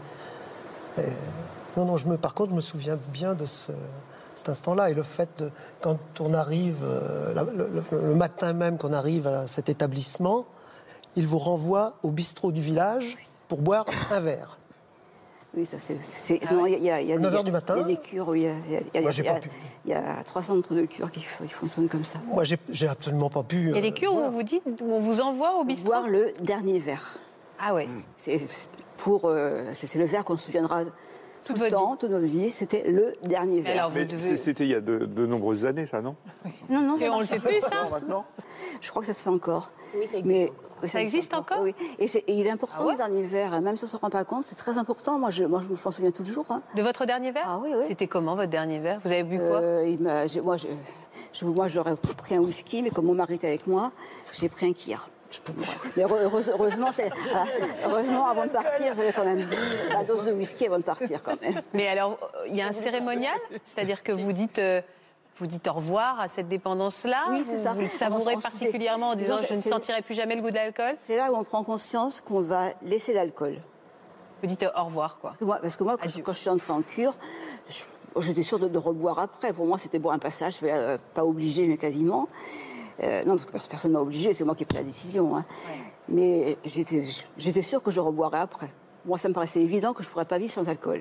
et, non, non, je me, par contre, je me souviens bien de ce, cet instant-là. Et le fait, de, quand on arrive, euh, la, le, le matin même qu'on arrive à cet établissement, il vous renvoie au bistrot du village pour boire un verre. Oui, ça c'est... c'est ah non, il y a, il y a, neuf heures du matin. Il y a des cures où il y a, il y a, il y a, Moi, j'ai il y a, pas pu. Il y a trois centres de cures qui, qui fonctionnent comme ça. Moi, j'ai, j'ai absolument pas pu... Il y a des cures euh, voilà. où on vous dit, où on vous envoie au bistrot ? Boire le dernier verre. Ah ouais. C'est, pour, euh, c'est, c'est le verre qu'on se souviendra tout le temps, vie. toute notre vie. C'était le dernier verre. Alors, vous Mais devez... C'était il y a de, de nombreuses années, ça, non ? Oui. Non, non. Et on le fait plus, ça maintenant ? Je crois que ça se fait encore. Oui, ça existe. Mais, ça, ça existe encore, encore Oui. Et, c'est, et il est important, ah ouais ce dernier verre, même si on ne se rend pas compte, c'est très important. Moi, je, moi, je, je m'en souviens toujours. Hein. De votre dernier verre ? Ah oui, oui. C'était comment, votre dernier verre ? Vous avez bu quoi ? euh, il m'a, j'ai, moi, je, je, moi, j'aurais pris un whisky, mais comme mon mari était avec moi, j'ai pris un kir. Mais heureusement, heureusement, c'est, heureusement, avant de partir, j'avais quand même bu la dose de whisky avant de partir, quand même. Mais alors, il y a un cérémonial ? C'est-à-dire que vous dites... Euh, Vous dites au revoir à cette dépendance-là ? Oui, c'est ça. Vous le savourez particulièrement en disant « je ne sentirai plus jamais le goût de l'alcool » ? C'est là où on prend conscience qu'on va laisser l'alcool. Vous dites au revoir, quoi. Parce que moi, parce que moi quand, quand je suis entrée en cure, je, j'étais sûre de, de reboire après. Pour moi, c'était boire un passage, euh, pas obligé, mais quasiment. Euh, non, parce que personne ne m'a obligé, c'est moi qui ai pris la décision. Hein. Ouais. Mais j'étais, j'étais sûre que je reboirais après. Moi, ça me paraissait évident que je ne pourrais pas vivre sans alcool.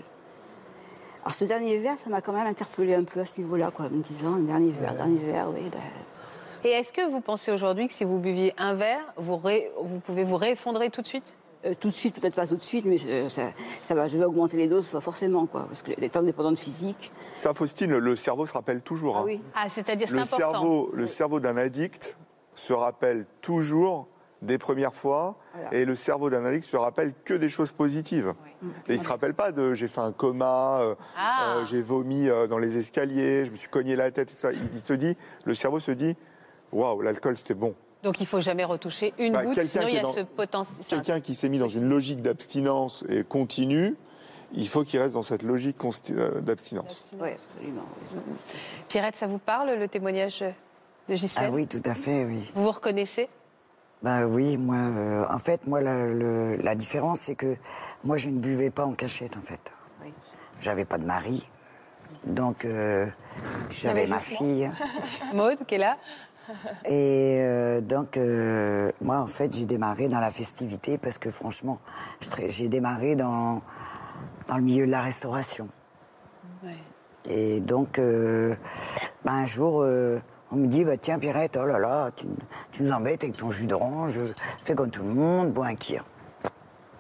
Alors, ce dernier verre, ça m'a quand même interpellée un peu à ce niveau-là, quoi, me disant, dernier verre, ouais. dernier verre, oui. Ben... Et est-ce que vous pensez aujourd'hui que si vous buviez un verre, vous, ré... vous pouvez vous réeffondrer tout de suite ? euh, Tout de suite, peut-être pas tout de suite, mais euh, ça, ça va, je vais augmenter les doses forcément, quoi, parce que les temps dépendants physiques... Ça, Faustine, le cerveau se rappelle toujours. Ah, hein. oui. Ah, c'est-à-dire c'est le important. Cerveau, le cerveau d'un addict se rappelle toujours des premières fois, voilà. Et le cerveau d'un addict se rappelle que des choses positives. Oui. Et il ne se rappelle pas de j'ai fait un coma, euh, ah. euh, j'ai vomi euh, dans les escaliers, je me suis cogné la tête, et ça. Il, il se dit, le cerveau se dit, waouh, l'alcool c'était bon. Donc il ne faut jamais retoucher une bah, goutte, sinon il y a dans, ce potentiel. Quelqu'un qui s'est mis dans une logique d'abstinence et continue, il faut qu'il reste dans cette logique d'abstinence. Oui, absolument. Pierrette, ça vous parle, le témoignage de Ghislaine ? Ah oui, tout à fait, oui. Vous vous reconnaissez ? Ben oui, moi, euh, en fait, moi, la, le, la différence, c'est que moi, je ne buvais pas en cachette, en fait. Oui. J'avais pas de mari, donc euh, j'avais ma fille. Maud, qui est là. Et euh, donc, euh, moi, en fait, j'ai démarré dans la festivité parce que, franchement, j'ai démarré dans, dans le milieu de la restauration. Ouais. Et donc, euh, ben, un jour... Euh, on me dit, bah, tiens, Pierrette, oh là là, tu, tu nous embêtes avec ton jus d'orange, fais comme tout le monde, bois un kir.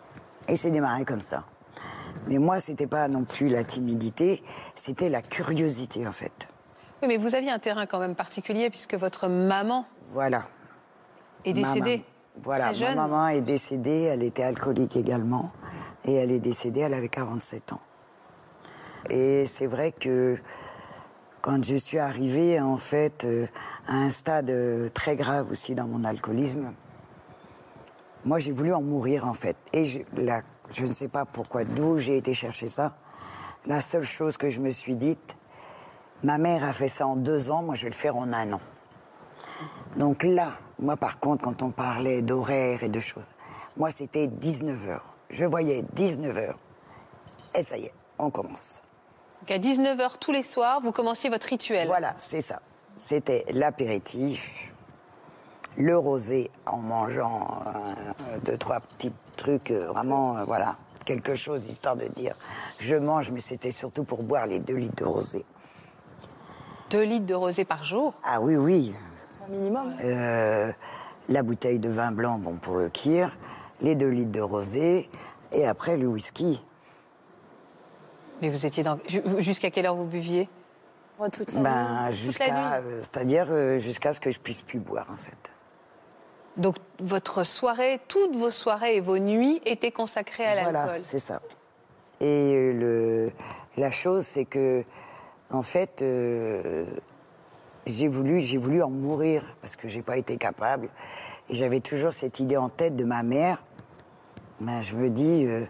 Et c'est démarré comme ça. Mais moi, c'était pas non plus la timidité, c'était la curiosité, en fait. Oui, mais vous aviez un terrain quand même particulier, puisque votre maman Voilà. est décédée. Ma voilà, très jeune. ma maman est décédée, elle était alcoolique également, et elle est décédée, elle avait quarante-sept ans. Et c'est vrai que quand je suis arrivée, en fait, euh, à un stade euh, très grave aussi dans mon alcoolisme, moi, j'ai voulu en mourir, en fait. Et je, la, je ne sais pas pourquoi, d'où j'ai été chercher ça. La seule chose que je me suis dite, ma mère a fait ça en deux ans, moi, je vais le faire en un an. Donc là, moi, par contre, quand on parlait d'horaire et de choses, moi, c'était dix-neuf heures. Je voyais dix-neuf heures. Et ça y est, on commence. Donc à dix-neuf heures tous les soirs, vous commenciez votre rituel. Voilà, c'est ça. C'était l'apéritif, le rosé en mangeant euh, deux, trois petits trucs, euh, vraiment, euh, voilà, quelque chose, histoire de dire, je mange, mais c'était surtout pour boire les deux litres de rosé. Deux litres de rosé par jour? Ah oui, oui. Un minimum. Euh, la bouteille de vin blanc, bon, pour le kir, les deux litres de rosé, et après le whisky. Mais vous étiez dans... Jusqu'à quelle heure vous buviez? Moi, toute la Ben, nuit. jusqu'à, euh, c'est-à-dire euh, jusqu'à ce que je puisse plus boire, en fait. Donc votre soirée, toutes vos soirées et vos nuits étaient consacrées à l'alcool. Voilà, c'est ça. Et euh, le, la chose, c'est que, en fait, euh, j'ai voulu, j'ai voulu en mourir parce que j'ai pas été capable. Et j'avais toujours cette idée en tête de ma mère. Ben, je me dis, euh,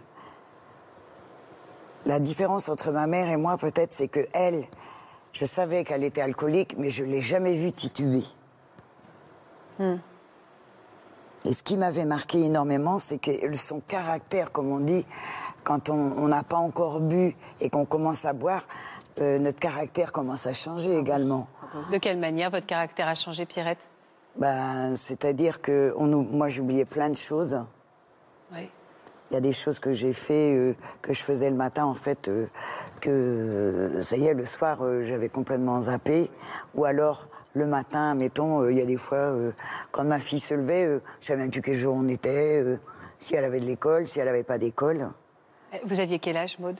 la différence entre ma mère et moi, peut-être, c'est que elle, je savais qu'elle était alcoolique, mais je l'ai jamais vue tituber. Hmm. Et ce qui m'avait marqué énormément, c'est que son caractère, comme on dit, quand on n'a pas encore bu et qu'on commence à boire, euh, notre caractère commence à changer également. De quelle manière votre caractère a changé, Pierrette? Ben, c'est-à-dire que on, nous- moi, j'oubliais plein de choses. Oui. Il y a des choses que j'ai fait, euh, que je faisais le matin, en fait, euh, que, euh, ça y est, le soir, euh, j'avais complètement zappé. Ou alors, le matin, mettons, euh, il y a des fois, euh, quand ma fille se levait, euh, je savais même plus quel jour on était, euh, si elle avait de l'école, si elle n'avait pas d'école. Vous aviez quel âge, Maude?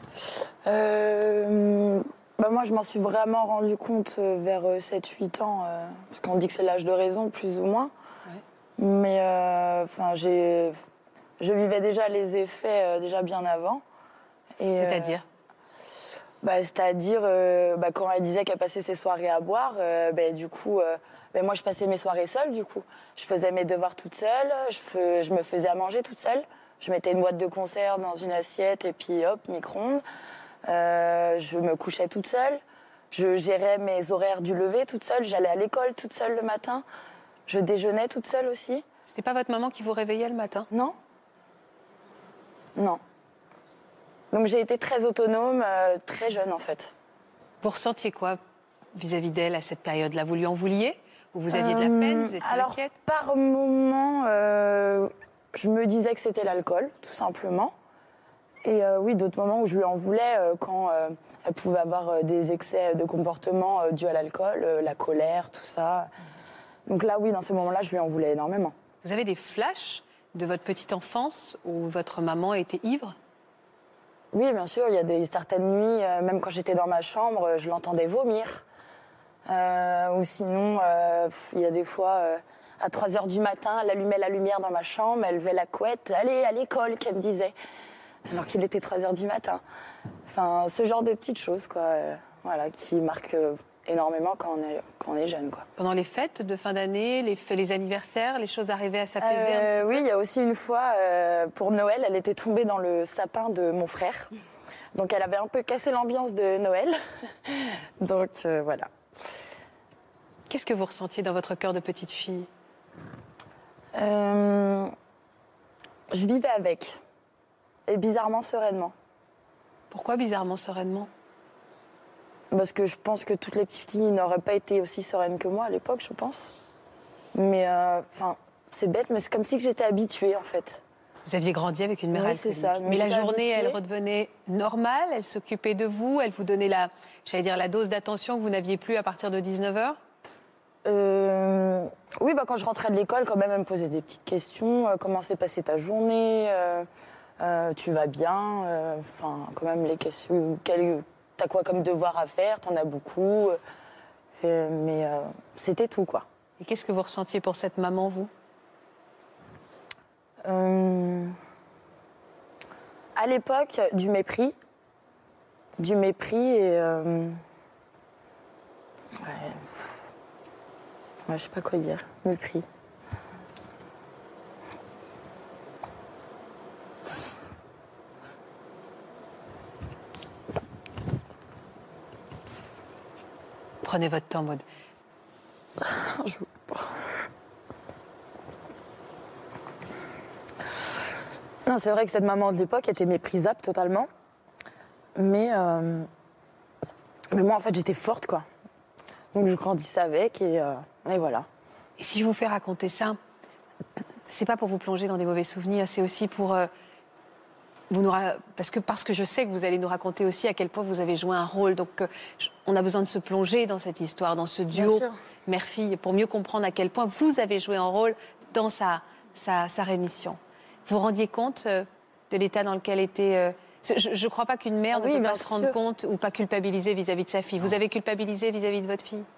Euh, bah moi, je m'en suis vraiment rendu compte euh, vers sept huit ans, euh, parce qu'on dit que c'est l'âge de raison, plus ou moins. Ouais. Mais enfin, j'ai, je vivais déjà les effets euh, déjà bien avant. Et, euh, C'est-à-dire? bah, C'est-à-dire, euh, bah, quand elle disait qu'elle passait ses soirées à boire, euh, bah, du coup, euh, bah, moi, je passais mes soirées seule, du coup. Je faisais mes devoirs toute seule, je, fais, je me faisais à manger toute seule. Je mettais une boîte de conserve dans une assiette et puis hop, micro-ondes. Euh, je me couchais toute seule. Je gérais mes horaires du lever toute seule. J'allais à l'école toute seule le matin. Je déjeunais toute seule aussi. C'était pas votre maman qui vous réveillait le matin? Non. Non. Donc j'ai été très autonome, euh, très jeune en fait. Vous ressentiez quoi vis-à-vis d'elle à cette période-là? Vous lui en vouliez? Ou vous aviez de la peine? Vous étiez Alors, inquiète? par moments, euh, je me disais que c'était l'alcool, tout simplement. Et euh, oui, d'autres moments où je lui en voulais, euh, quand euh, elle pouvait avoir euh, des excès de comportement euh, dus à l'alcool, euh, la colère, tout ça. Donc là, oui, dans ces moments-là, je lui en voulais énormément. Vous avez des flashs de votre petite enfance où votre maman était ivre? Oui, bien sûr, il y a des, certaines nuits, euh, même quand j'étais dans ma chambre, je l'entendais vomir. Euh, ou sinon, euh, il y a des fois, euh, à trois heures du matin, elle allumait la lumière dans ma chambre, elle levait la couette, « Allez, à l'école », qu'elle me disait. Alors qu'il était trois heures du matin. Enfin, ce genre de petites choses, quoi, euh, voilà, qui marquent euh, énormément quand on est, quand on est jeune, quoi. Pendant les fêtes de fin d'année, les, fê- les anniversaires, les choses arrivaient à s'apaiser un Euh, petit oui, il y a aussi une fois, euh, pour Noël, elle était tombée dans le sapin de mon frère. Donc elle avait un peu cassé l'ambiance de Noël. Donc euh, voilà. Qu'est-ce que vous ressentiez dans votre cœur de petite fille? Euh, je vivais avec. Et bizarrement sereinement. Pourquoi bizarrement sereinement? Parce que je pense que toutes les petites filles n'auraient pas été aussi sereines que moi à l'époque, je pense. Mais enfin, euh, c'est bête, mais c'est comme si que j'étais habituée en fait. Vous aviez grandi avec une mère Oui, alcoolique. c'est ça. Mais la j'étais journée, habituée. elle redevenait normale, elle s'occupait de vous, elle vous donnait la, j'allais dire, la dose d'attention que vous n'aviez plus à partir de dix-neuf heures? Euh, oui, bah, quand je rentrais de l'école, quand même, elle me posait des petites questions. Euh, comment s'est passée ta journée? euh, euh, tu vas bien, euh, enfin, quand même, les questions, quel, t'as quoi comme devoir à faire, t'en as beaucoup, euh, fait, mais euh, c'était tout, quoi. Et qu'est-ce que vous ressentiez pour cette maman, vous? euh, À l'époque, du mépris, du mépris et... Euh, ouais, ouais, je sais pas quoi dire, mépris. Prenez votre temps, Maud. Je veux pas. Non, c'est vrai que cette maman de l'époque était méprisable totalement. Mais, euh, mais moi, en fait, j'étais forte, quoi. Donc, je grandissais avec et, euh, et voilà. Et si je vous fais raconter ça, c'est pas pour vous plonger dans des mauvais souvenirs, c'est aussi pour... Euh, vous nous ra... parce, que, parce que je sais que vous allez nous raconter aussi à quel point vous avez joué un rôle. Donc, euh, on a besoin de se plonger dans cette histoire, dans ce duo mère-fille, pour mieux comprendre à quel point vous avez joué un rôle dans sa, sa, sa rémission. Vous vous rendiez compte euh, de l'état dans lequel était... Euh, je ne crois pas qu'une mère ah, ne oui, peut pas se rendre sûr. compte ou pas culpabiliser vis-à-vis de sa fille. Vous avez culpabilisé vis-à-vis de votre fille?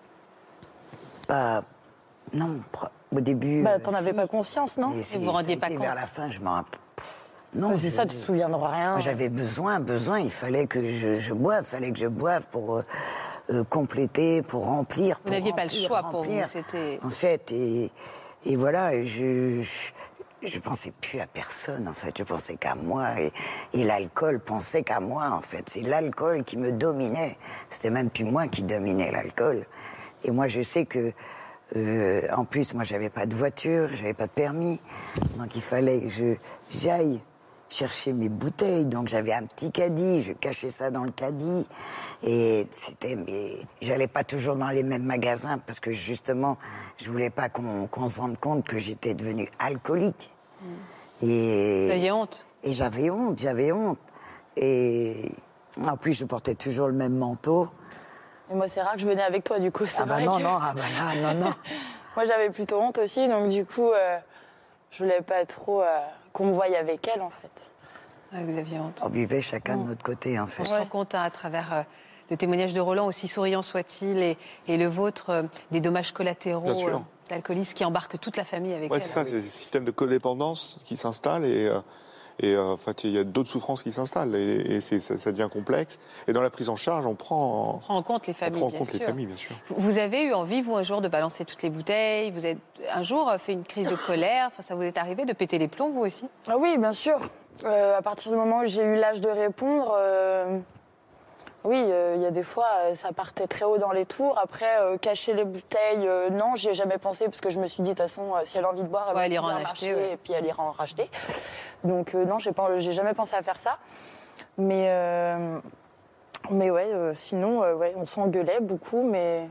Pas... Non, au début... Bah, t'en euh, avais si. pas conscience, non? Mais Et vous vous rendiez pas compte? vers la fin, je m'en rappelle. Non, c'est je... ça, tu te souviendras rien. J'avais besoin, besoin, il fallait que je, je boive, il fallait que je boive pour euh, euh, compléter, pour remplir. Vous n'aviez pas le choix remplir. pour vous, c'était... En fait, et, et voilà, je, je, je pensais plus à personne, en fait, je pensais qu'à moi, et, et l'alcool pensait qu'à moi, en fait. C'est l'alcool qui me dominait, c'était même plus moi qui dominais l'alcool. Et moi, je sais que, euh, en plus, moi, j'avais pas de voiture, j'avais pas de permis, donc il fallait que je, j'aille chercher mes bouteilles, donc j'avais un petit caddie, je cachais ça dans le caddie, et c'était, mais j'allais pas toujours dans les mêmes magasins, parce que justement, je voulais pas qu'on qu'on se rende compte que j'étais devenue alcoolique. Mmh. Et... Vous aviez honte? Et j'avais honte, j'avais honte. Et en plus, je portais toujours le même manteau. Et moi, c'est rare que je venais avec toi, du coup. Ah bah vrai non, que... non, ah bah là, non, non. Moi, j'avais plutôt honte aussi, donc du coup, euh, je voulais pas trop euh, qu'on me voie avec elle, en fait. Ouais, vous aviez honte. On vivait chacun de notre côté, en fait. On se rend compte hein, à travers euh, le témoignage de Roland, aussi souriant soit-il, et, et le vôtre, euh, des dommages collatéraux euh, d'alcoolisme qui embarquent toute la famille avec ouais, elle. C'est ça, c'est le système de codépendance qui s'installe et... Euh... Et euh, en fait, il y a d'autres souffrances qui s'installent et, et c'est, ça, ça devient complexe. Et dans la prise en charge, on prend, on prend en compte les familles, on prend en bien compte sûr. les familles, bien sûr. Vous avez eu envie, vous, un jour, de balancer toutes les bouteilles. Vous avez un jour fait une crise de colère. Enfin, ça vous est arrivé de péter les plombs, vous aussi? Ah oui, bien sûr. Euh, à partir du moment où j'ai eu l'âge de répondre, euh, oui, il euh, y a des fois, euh, ça partait très haut dans les tours. Après, euh, cacher les bouteilles, euh, non, j'y ai jamais pensé parce que je me suis dit, de toute façon, euh, si elle a envie de boire, elle ouais, va elle ira en marcher acheter, ouais. et puis elle ira en racheter. Donc euh, non, j'ai pas, j'ai jamais pensé à faire ça. Mais, euh, mais ouais, euh, sinon, euh, ouais, on s'engueulait beaucoup, mais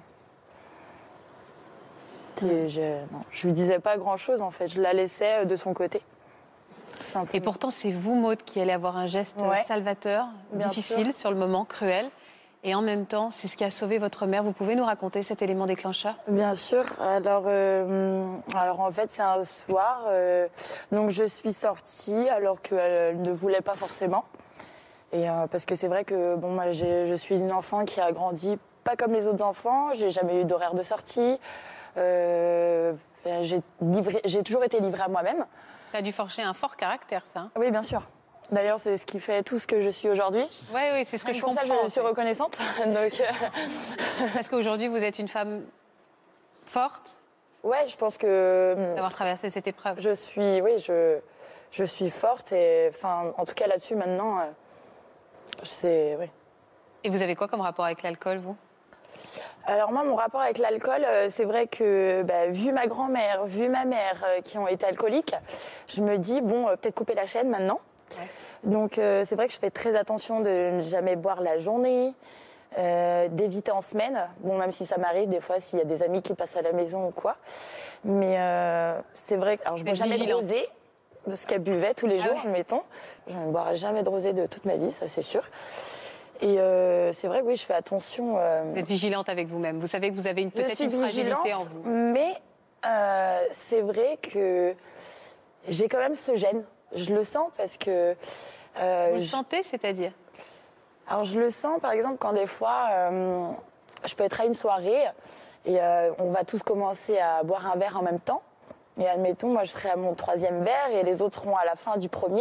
je, non, je lui disais pas grand-chose en fait. Je la laissais de son côté. Et pourtant, c'est vous, Maud, qui allez avoir un geste ouais. salvateur, Bien difficile sûr. sur le moment, cruel. Et en même temps, c'est ce qui a sauvé votre mère. Vous pouvez nous raconter cet élément déclencheur? Bien sûr. Alors, euh, alors en fait, c'est un soir. Euh, donc, je suis sortie alors qu'elle ne voulait pas forcément. Et euh, parce que c'est vrai que bon, moi, j'ai, je suis une enfant qui a grandi pas comme les autres enfants. J'ai jamais eu d'horaire de sortie. Euh, j'ai, livré, j'ai toujours été livrée à moi-même. Ça a dû forger un fort caractère, ça. Hein? Oui, bien sûr. D'ailleurs, c'est ce qui fait tout ce que je suis aujourd'hui. Oui, oui, c'est ce que je comprends. Pour ça, je suis reconnaissante. Donc, parce qu'aujourd'hui, vous êtes une femme forte. Ouais, je pense que d'avoir traversé cette épreuve. Je suis, oui, je, je suis forte et, enfin, en tout cas là-dessus maintenant, c'est, oui. Et vous avez quoi comme rapport avec l'alcool, vous? Alors moi, mon rapport avec l'alcool, c'est vrai que, bah, vu ma grand-mère, vu ma mère euh, qui ont été alcooliques, je me dis, bon, euh, peut-être couper la chaîne maintenant. Ouais. Donc euh, c'est vrai que je fais très attention de ne jamais boire la journée, euh, d'éviter en semaine. Bon, même si ça m'arrive des fois, s'il y a des amis qui passent à la maison ou quoi. Mais euh, c'est vrai que, alors je ne bois jamais de rosé, de ce qu'elle buvait tous les jours, ah ouais. admettons. Je ne boirai jamais de rosé de toute ma vie, ça c'est sûr. Et euh, c'est vrai que oui, je fais attention. Euh... Vous êtes vigilante avec vous-même. Vous savez que vous avez une, peut-être une fragilité en vous. Mais euh, c'est vrai que j'ai quand même ce gène. Je le sens parce que... Euh, Vous le je... sentez, c'est-à-dire? Alors, je le sens, par exemple, quand des fois, euh, je peux être à une soirée et euh, on va tous commencer à boire un verre en même temps. Et admettons, moi, je serai à mon troisième verre et les autres seront à la fin du premier.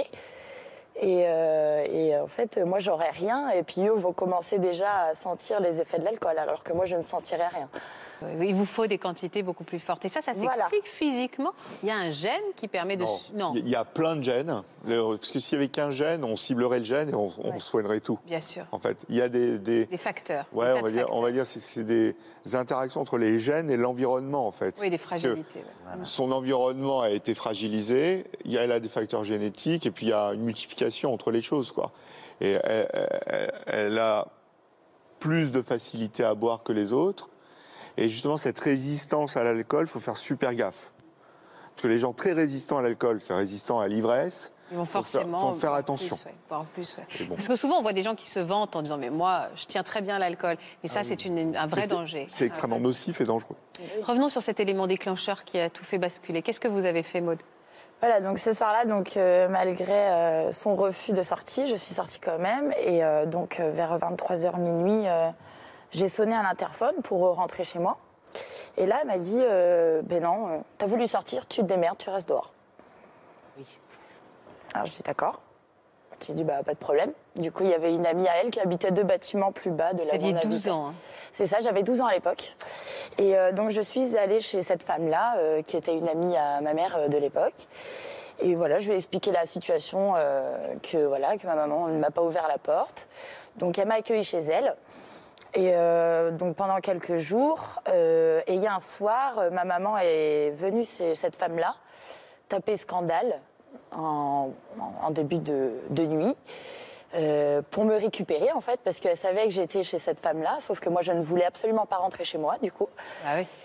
Et, euh, et en fait, moi, j'aurai rien. Et puis, eux vont commencer déjà à sentir les effets de l'alcool, alors que moi, je ne sentirai rien. Il vous faut des quantités beaucoup plus fortes. Et ça, ça s'explique Voilà. physiquement. Il y a un gène qui permet de... Non. Non, Il y a plein de gènes. Le- Parce que s'il y avait qu'un gène, on ciblerait le gène et on, on Ouais. soignerait tout. bien sûr. En fait, il y a des, des, Des facteurs. ouais, des on tas va de dire, on va facteurs. dire, c'est c'est des interactions entre les gènes et l'environnement, en fait. Oui, des Parce que fragilités. ouais. son environnement a été fragilisé. Il y a là des facteurs génétiques et puis il y a une multiplication entre les choses, quoi. Et elle, elle- elle a plus de facilité à boire que les autres. Et justement, cette résistance à l'alcool, il faut faire super gaffe. Parce que les gens très résistants à l'alcool, c'est résistant à l'ivresse. Ils vont Faut faire- forcément faut faire boire attention. plus, ouais, boire plus, ouais. Et bon. Parce que souvent, on voit des gens qui se vantent en disant « mais moi, je tiens très bien l'alcool ». Mais ça, c'est une- un vrai Mais c'est- danger. C'est extrêmement nocif et dangereux. Revenons sur cet élément déclencheur qui a tout fait basculer. Qu'est-ce que vous avez fait, Maud? Voilà, donc ce soir-là, donc euh, malgré euh, son refus de sortie, je suis sortie quand même. Et euh, donc euh, vers vingt-trois heures minuit, euh, j'ai sonné à l'interphone pour rentrer chez moi. Et là, elle m'a dit euh, ben non, euh, t'as voulu sortir, tu te démerdes, tu restes dehors. Oui. Alors j'ai dit d'accord. J'ai dit bah pas de problème. Du coup, il y avait une amie à elle qui habitait deux bâtiments plus bas de là Vous où aviez on douze habitait. ans. hein. C'est ça, j'avais douze ans à l'époque. Et euh, donc je suis allée chez cette femme-là, euh, qui était une amie à ma mère euh, de l'époque. Et voilà, je lui ai expliqué la situation, euh, que voilà, que ma maman ne m'a pas ouvert la porte. Donc elle m'a accueillie chez elle. Et euh, donc pendant quelques jours, euh, et il y a un soir, euh, ma maman est venue chez cette femme-là taper scandale en, en début de, de nuit. Euh, pour me récupérer en fait, parce qu'elle savait que j'étais chez cette femme-là, sauf que moi je ne voulais absolument pas rentrer chez moi du coup. Ah oui.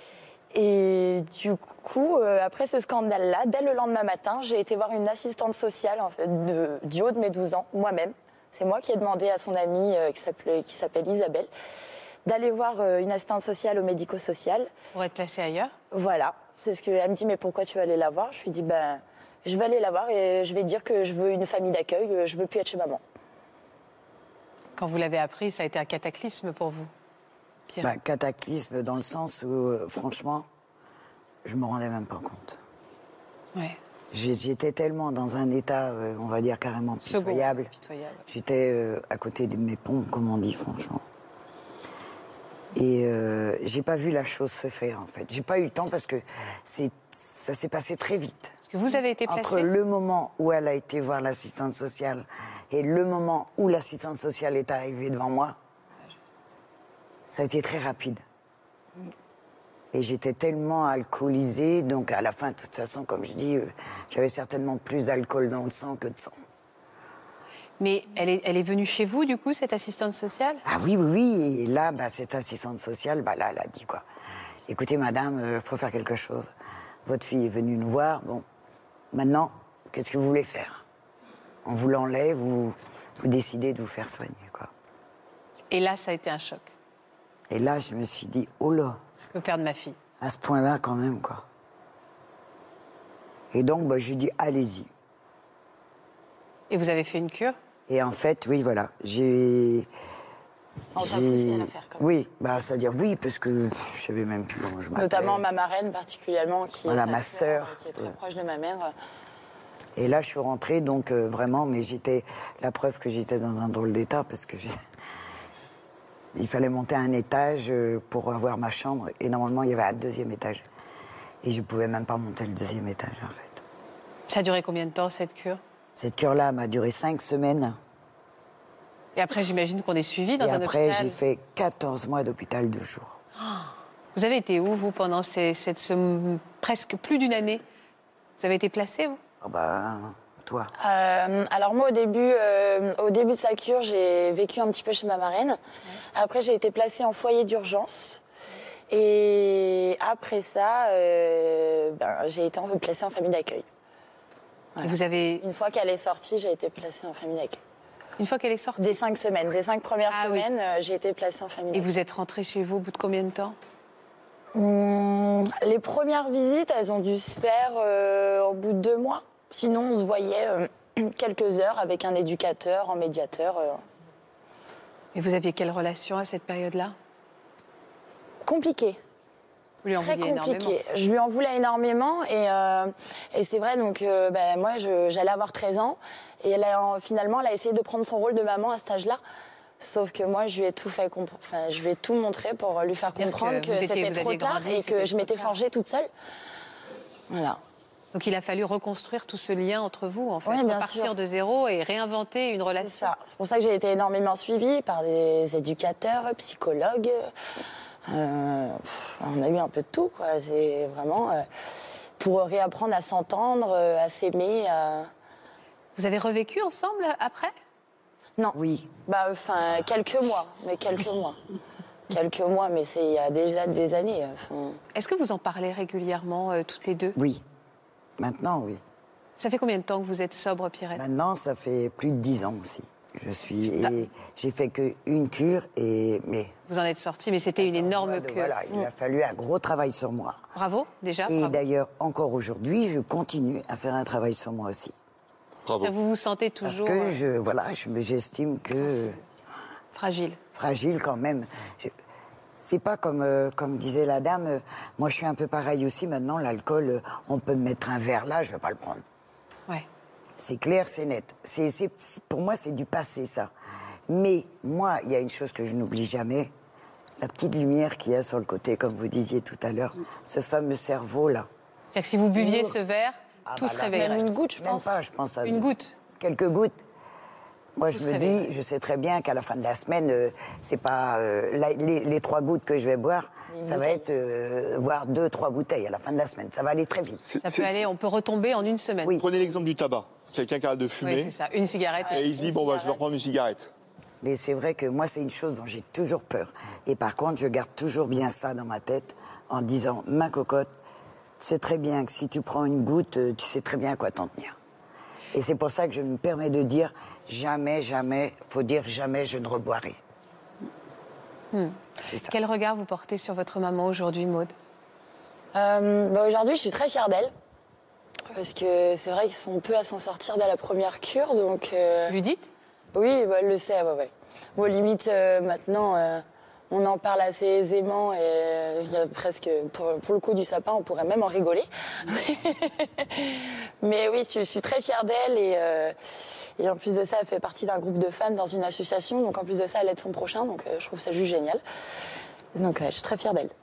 Et du coup, euh, après ce scandale-là, dès le lendemain matin, j'ai été voir une assistante sociale en fait, de, du haut de mes douze ans, moi-même. C'est moi qui ai demandé à son amie euh, qui s'appelait qui s'appelle Isabelle d'aller voir euh, une assistante sociale au médico-social. Pour être placé ailleurs? Voilà, c'est ce qu'elle me dit, mais pourquoi tu vas aller la voir? Je lui dis, ben, je vais aller la voir et je vais dire que je veux une famille d'accueil, euh, je veux plus être chez maman. Quand vous l'avez appris, ça a été un cataclysme pour vous, Pierre? Bah, cataclysme dans le sens où, euh, franchement, je me rendais même pas compte. Ouais. J'étais tellement dans un état, euh, on va dire carrément Second, pitoyable. pitoyable. J'étais euh, à côté de mes pompes, comme on dit, franchement. Et euh, j'ai pas vu la chose se faire, en fait. J'ai pas eu le temps parce que c'est, ça s'est passé très vite. Parce que vous avez été placé? Entre le moment où elle a été voir l'assistante sociale et le moment où l'assistante sociale est arrivée devant moi, ça a été très rapide. Et j'étais tellement alcoolisée, donc à la fin, de toute façon, comme je dis, euh, j'avais certainement plus d'alcool dans le sang que de sang. Mais elle est, elle est venue chez vous, du coup, cette assistante sociale? Ah oui, oui, oui. Et là, bah, cette assistante sociale, bah, là, elle a dit quoi. Écoutez, madame, il faut faire quelque chose. Votre fille est venue nous voir. Bon, maintenant, qu'est-ce que vous voulez faire? On vous l'enlève, vous, vous décidez de vous faire soigner, quoi. Et là, ça a été un choc. Et là, je me suis dit, oh là, Je peux perdre ma fille. à ce point-là, quand même, quoi. Et donc, bah, je lui dis, allez-y. Et vous avez fait une cure? Et en fait, oui, voilà, j'ai... On t'a j'ai- poussé à la faire, quand même. Oui, bah, c'est-à-dire oui, parce que pff, je savais même plus comment je m'appelais. Notamment ma marraine particulièrement, qui Voilà, est sa ma sœur, sœur. qui est très Ouais. proche de ma mère. Et là, je suis rentrée, donc euh, vraiment, mais j'étais... La preuve que j'étais dans un drôle d'état, parce que j'ai... Il fallait monter un étage euh, pour avoir ma chambre, et normalement, il y avait un deuxième étage. Et je ne pouvais même pas monter le deuxième étage, en fait. Ça a duré combien de temps, cette cure? Cette cure-là m'a duré cinq semaines. Et après, j'imagine qu'on est suivi dans et un après, hôpital. j'ai fait quatorze mois d'hôpital de jour. Vous avez été où, vous, pendant ces, cette, ce- presque plus d'une année? Vous avez été placé, vous? Oh bah, toi. Euh, alors moi, au début, euh, au début de sa cure, j'ai vécu un petit peu chez ma marraine. Après, j'ai été placée en foyer d'urgence. Et après ça, euh, ben, j'ai été en- placée en famille d'accueil. Voilà. Vous avez, Une fois qu'elle est sortie, j'ai été placée en famille d'accueil. une fois qu'elle est sortie, Des cinq semaines, des cinq premières Ah oui. semaines, euh, j'ai été placée en famille et d'accueil. vous êtes rentrée chez vous au bout de combien de temps? Hum, les premières visites, elles ont dû se faire euh, au bout de deux mois. Sinon, on se voyait euh, quelques heures avec un éducateur, un médiateur. Euh. Et vous aviez quelle relation à cette période-là? Compliqué. Vous lui en Très vouliez compliqué. énormément. Je lui en voulais énormément et, euh, et c'est vrai, donc euh, ben, moi je- j'allais avoir treize ans et elle a, finalement elle a essayé de prendre son rôle de maman à cet âge-là. Sauf que moi je lui ai tout fait compre- enfin, je lui ai tout montré pour lui faire C'est-à-dire comprendre que que, vous étiez- c'était vous trop aviez tard grandi, et c'était que je trop m'étais tard. forgée toute seule. Voilà. Donc il a fallu reconstruire tout ce lien entre vous, en fait, Oui, bien repartir sûr. de zéro et réinventer une C'est relation. ça. C'est pour ça que j'ai été énormément suivie par des éducateurs, psychologues. Euh, pff, on a eu un peu de tout, quoi. C'est vraiment euh, pour réapprendre à s'entendre, euh, à s'aimer. à- Vous avez revécu ensemble après? Non. Oui. Bah, enfin, quelques mois, mais quelques mois. Quelques mois, mais c'est il y a déjà des années. enfin. Est-ce que vous en parlez régulièrement, euh, toutes les deux? Oui. Maintenant, oui. Ça fait combien de temps que vous êtes sobre, Pierrette? Maintenant, ça fait plus de dix ans aussi. Je suis et j'ai fait qu'une cure et mais Vous en êtes sortie, mais c'était une énorme voilà, cure. voilà, il a fallu un gros travail sur moi. Bravo, déjà. Et bravo. d'ailleurs, encore aujourd'hui, je continue à faire un travail sur moi aussi. Bravo. Vous vous sentez Parce toujours que euh, je, voilà, je me- j'estime que fragile. fragile quand même. Je- c'est pas comme, euh, comme disait la dame, euh, moi je suis un peu pareil aussi maintenant, l'alcool, euh, on peut me mettre un verre là, je vais pas le prendre. Ouais. C'est clair, c'est net. C'est, c'est- c'est- pour moi, c'est du passé, ça. Mais moi, il y a une chose que je n'oublie jamais, la petite lumière qu'il y a sur le côté, comme vous disiez tout à l'heure, ce fameux cerveau-là. C'est-à-dire que si vous buviez ce verre, Ah tout bah se là, réveillerait. Même une goutte, je Même pense. pas, je pense à Une goutte. quelques gouttes. Moi, je Tout me se dis, réveillerait. je sais très bien qu'à la fin de la semaine, euh, c'est pas euh, la- les, les trois gouttes que je vais boire, Une ça va bouteille. être euh, voire deux, trois bouteilles à la fin de la semaine. Ça va aller très vite. C'est- Ça c'est- peut aller, on peut retomber en une semaine. Oui. Prenez l'exemple du tabac. Quelqu'un qui arrête de Oui, fumer c'est ça. Une cigarette. et il se dit Une bon bah je vais cigarette. reprendre une cigarette. Mais c'est vrai que moi, c'est une chose dont j'ai toujours peur. Et par contre, je garde toujours bien ça dans ma tête en disant, ma cocotte, tu sais très bien que si tu prends une goutte, euh, tu sais très bien à quoi t'en tenir. Et c'est pour ça que je me permets de dire, jamais, jamais, faut dire jamais, je ne reboirai. C'est ça. Quel regard vous portez sur votre maman aujourd'hui, Maude? Euh, bah, aujourd'hui, je suis très fière d'elle. Parce que c'est vrai qu'ils sont peu à s'en sortir dès la première cure, donc... euh, Vous lui dites? Oui, bah, elle le sait, ouais, ouais. Bon, limite, euh, maintenant, euh, on en parle assez aisément et euh, il y a presque, pour, pour le coup du sapin, on pourrait même en rigoler. Mais oui, je, je suis très fière d'elle et, euh, et en plus de ça, elle fait partie d'un groupe de femmes dans une association, donc en plus de ça, elle aide son prochain, donc euh, je trouve ça juste génial. Donc ouais, je suis très fière d'elle.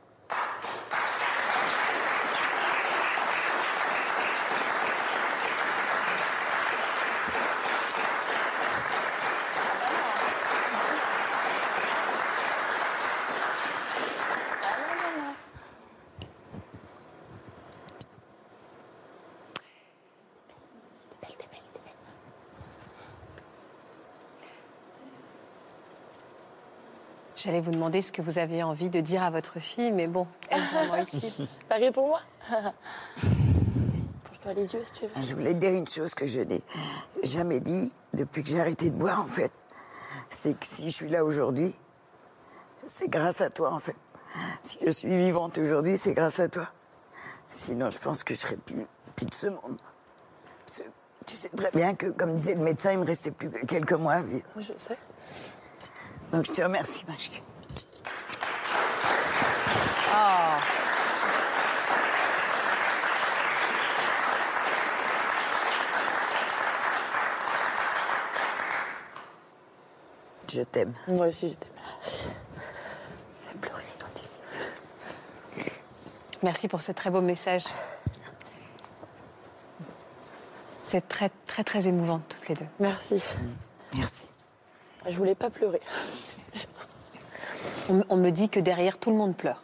J'allais vous demander ce que vous aviez envie de dire à votre fille, mais bon, est-ce vraiment utile? Pareil pour moi. Penche-toi les yeux si tu veux. Je voulais te dire une chose que je n'ai jamais dit depuis que j'ai arrêté de boire, en fait. C'est que si je suis là aujourd'hui, c'est grâce à toi, en fait. Si je suis vivante aujourd'hui, c'est grâce à toi. Sinon, je pense que je serais plus, plus de ce monde. Parce que tu sais très bien que, comme disait le médecin, il me restait plus que quelques mois à vivre. Je sais. Donc, je te remercie, ma chérie. Ah. Je t'aime. Moi aussi, je t'aime. Je vais pleurer quand tu... Merci pour ce très beau message. C'est très, très, très émouvante, toutes les deux. Merci. Merci. Je voulais pas pleurer. On, on me dit que derrière, tout le monde pleure.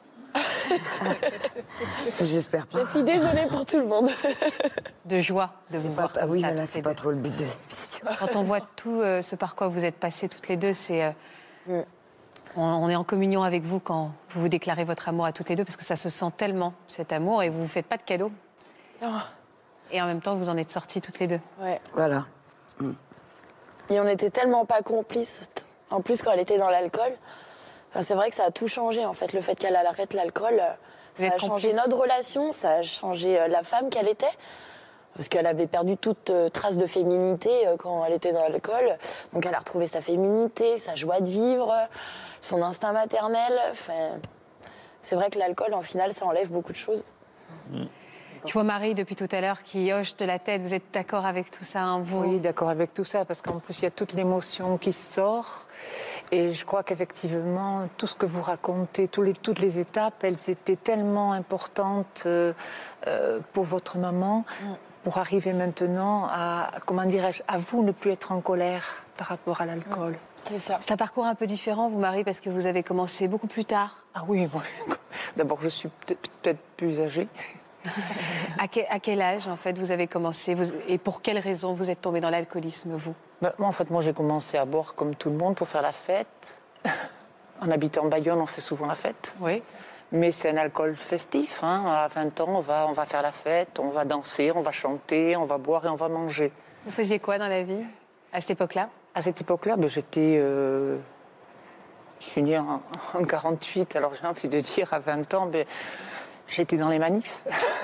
J'espère pas. Je suis désolée pour tout le monde. De joie de vous voir. Ah oui, comme ça, voilà, toutes c'est les pas deux. trop le but de l'émission. Quand on voit tout euh, ce par quoi vous êtes passées toutes les deux, c'est... euh, on, on est en communion avec vous quand vous vous déclarez votre amour à toutes les deux, parce que ça se sent tellement, cet amour, et vous ne vous faites pas de cadeaux. Oh, Et en même temps, vous en êtes sorties toutes les deux. ouais. Voilà. Et on était tellement pas complices. En plus, quand elle était dans l'alcool, enfin, c'est vrai que ça a tout changé, en fait. Le fait qu'elle arrête l'alcool, euh, Vous ça êtes a changé complices. notre relation, ça a changé euh, la femme qu'elle était. parce qu'elle avait perdu toute euh, trace de féminité euh, quand elle était dans l'alcool. Donc elle a retrouvé sa féminité, sa joie de vivre, son instinct maternel. Enfin, c'est vrai que l'alcool, en final, ça enlève beaucoup de choses. Mmh. Je vois Marie depuis tout à l'heure qui hoche de la tête. Vous êtes d'accord avec tout ça, hein, vous? Oui, d'accord avec tout ça, parce qu'en plus, il y a toute l'émotion qui sort. Et je crois qu'effectivement, tout ce que vous racontez, tous les, toutes les étapes, elles étaient tellement importantes euh, euh, pour votre maman, mm. pour arriver maintenant à, comment dirais-je, à vous ne plus être en colère par rapport à l'alcool. Mm. C'est ça. C'est un parcours un peu différent, vous, Marie, parce que vous avez commencé beaucoup plus tard. Ah oui, moi, d'abord, je suis peut-être plus âgée. à, quel, à quel âge, en fait, vous avez commencé vous, et pour quelles raisons vous êtes tombée dans l'alcoolisme, vous? ben, Moi, en fait, moi, j'ai commencé à boire comme tout le monde pour faire la fête. En habitant Bayonne, on fait souvent la fête. Oui. Mais c'est un alcool festif. Hein. À vingt ans, on va, on va faire la fête, on va danser, on va chanter, on va boire et on va manger. Vous faisiez quoi dans la vie, à cette époque-là? À cette époque-là, ben, j'étais... Euh... Je suis née en, en quarante-huit, alors j'ai envie de dire, à vingt ans... Ben, j'étais dans les manifs,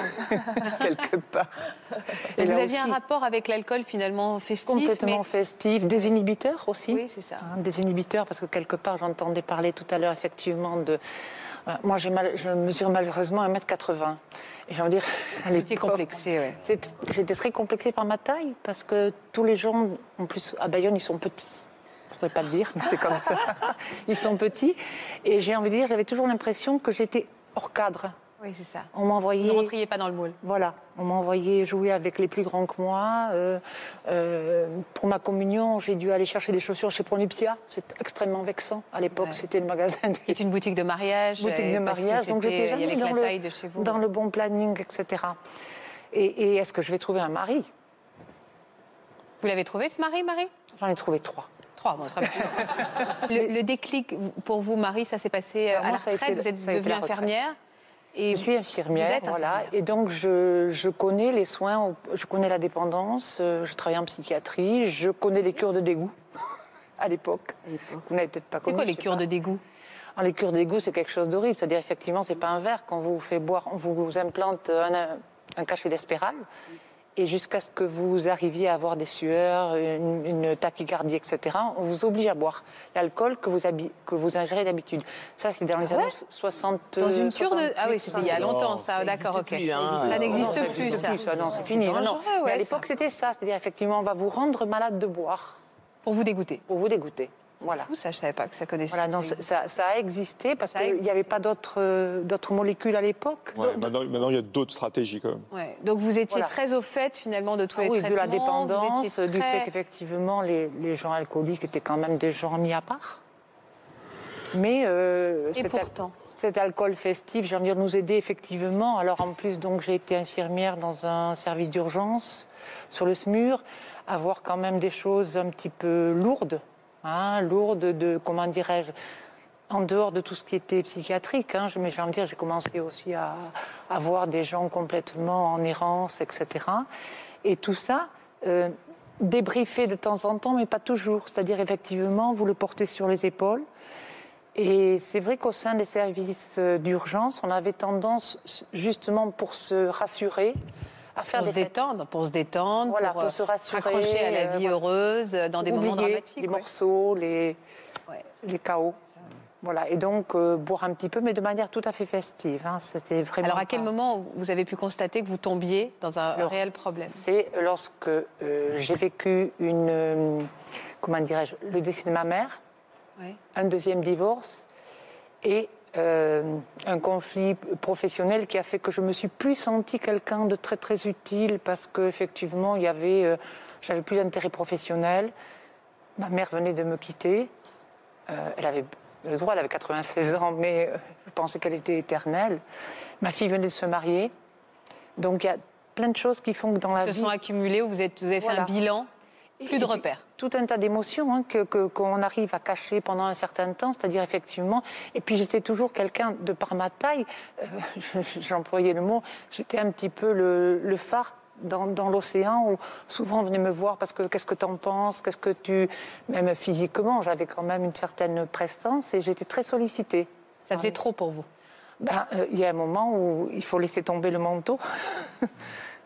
quelque part. Et vous aviez aussi un rapport avec l'alcool finalement festif? Complètement mais... festif, désinhibiteur aussi. Oui, c'est ça. Hein, désinhibiteur, parce que quelque part, j'entendais parler tout à l'heure effectivement de... Euh, moi, j'ai mal... je mesure malheureusement un mètre quatre-vingts. Et j'ai envie de dire, à l'époque... complexé, oui. J'étais très complexée par ma taille, parce que tous les gens, en plus, à Bayonne, ils sont petits. Je ne pourrais pas le dire, mais c'est comme ça. Ils sont petits. Et j'ai envie de dire, j'avais toujours l'impression que j'étais hors cadre. Oui, c'est ça. On m'envoyait... Vous ne rentriez pas dans le moule. Voilà. On m'envoyait jouer avec les plus grands que moi. Euh, euh, pour ma communion, j'ai dû aller chercher des chaussures chez Pronuptia. C'est extrêmement vexant. À l'époque, ouais. C'était le magasin... C'est une boutique de mariage. Boutique de mariage. Donc, j'étais jamais avec dans, la le, taille de chez vous. dans le bon planning, et cetera. Et, et est-ce que je vais trouver un mari? Vous l'avez trouvé, ce mari, Marie? J'en ai trouvé trois. Trois, bon, ça le, le déclic, pour vous, Marie, ça s'est passé à moi, la retraite. Été, vous êtes devenue infirmière. Et je suis infirmière, voilà, et donc je, je connais les soins, je connais la dépendance, je travaille en psychiatrie, je connais les cures de dégoût, à l'époque. Vous n'avez peut-être pas connu. C'est quoi les cures de dégoût? Alors, les cures de dégoût, c'est quelque chose d'horrible, c'est-à-dire effectivement, c'est pas un verre, quand vous fait boire, on vous implante un, un cachet d'espérale, et jusqu'à ce que vous arriviez à avoir des sueurs, une, une tachycardie, et cetera, on vous oblige à boire l'alcool que vous, que vous ingérez d'habitude. Ça, c'est dans les ah ouais années soixante. Dans une cure de... Ah oui, c'était il y a longtemps, ça, d'accord, ok. Plus, hein, ça n'existe plus, plus, ça. ça. Non, c'est fini. Non, non. Ouais, mais à l'époque, c'était ça, c'est-à-dire effectivement, on va vous rendre malade de boire. Pour vous dégoûter. Pour vous dégoûter. Voilà. Fou, ça, je ne savais pas que ça connaissait. Voilà, non, ça, ça a existé parce qu'il n'y avait pas d'autres euh, molécules à l'époque. Ouais, maintenant, maintenant, il y a d'autres stratégies quand même. Ouais. Donc vous étiez voilà. très au fait finalement de tous ah, les oui, traitements. De la dépendance, très... du fait qu'effectivement les, les gens alcooliques étaient quand même des gens mis à part. Mais euh, et pourtant, cet alcool festif, j'ai envie de dire, nous aider effectivement. Alors en plus, donc j'ai été infirmière dans un service d'urgence sur le S M U R, avoir quand même des choses un petit peu lourdes. Hein, lourde de, comment dirais-je, en dehors de tout ce qui était psychiatrique, hein, mais j'ai envie de dire, j'ai commencé aussi à, à voir des gens complètement en errance, et cetera. Et tout ça, euh, débriefé de temps en temps, mais pas toujours. C'est-à-dire, effectivement, vous le portez sur les épaules. Et c'est vrai qu'au sein des services d'urgence, on avait tendance, justement, pour se rassurer, à faire pour des se détendre, pour se détendre, voilà, pour, pour se rassurer, raccrocher à la vie euh, heureuse dans des moments dramatiques. Les ouais. morceaux, les, ouais. les chaos. Ça, ouais. Voilà. Et donc, euh, boire un petit peu, mais de manière tout à fait festive. Hein. C'était vraiment. Alors, à quel pas... moment vous avez pu constater que vous tombiez dans un Alors, réel problème? C'est lorsque euh, j'ai vécu une. Euh, comment dirais-je? Le décès de ma mère, ouais. un deuxième divorce et. Euh, un conflit professionnel qui a fait que je me suis plus sentie quelqu'un de très très utile parce qu'effectivement il y avait, euh, j'avais plus d'intérêt professionnel. Ma mère venait de me quitter. Euh, elle avait le droit, elle avait quatre-vingt-seize ans, mais euh, je pensais qu'elle était éternelle. Ma fille venait de se marier. Donc il y a plein de choses qui font que dans la vie... Se sont accumulées, où vous, êtes, vous avez voilà. fait un bilan. Plus de repères. Tout un tas d'émotions hein, que, que, qu'on arrive à cacher pendant un certain temps, c'est-à-dire effectivement. Et puis j'étais toujours quelqu'un, de par ma taille, euh, j'employais le mot, j'étais un petit peu le, le phare dans, dans l'océan où souvent on venait me voir parce que qu'est-ce que tu en penses, qu'est-ce que tu. Même physiquement, j'avais quand même une certaine prestance et j'étais très sollicitée. Ça faisait trop pour vous? Ben, euh, il y a un moment où il faut laisser tomber le manteau.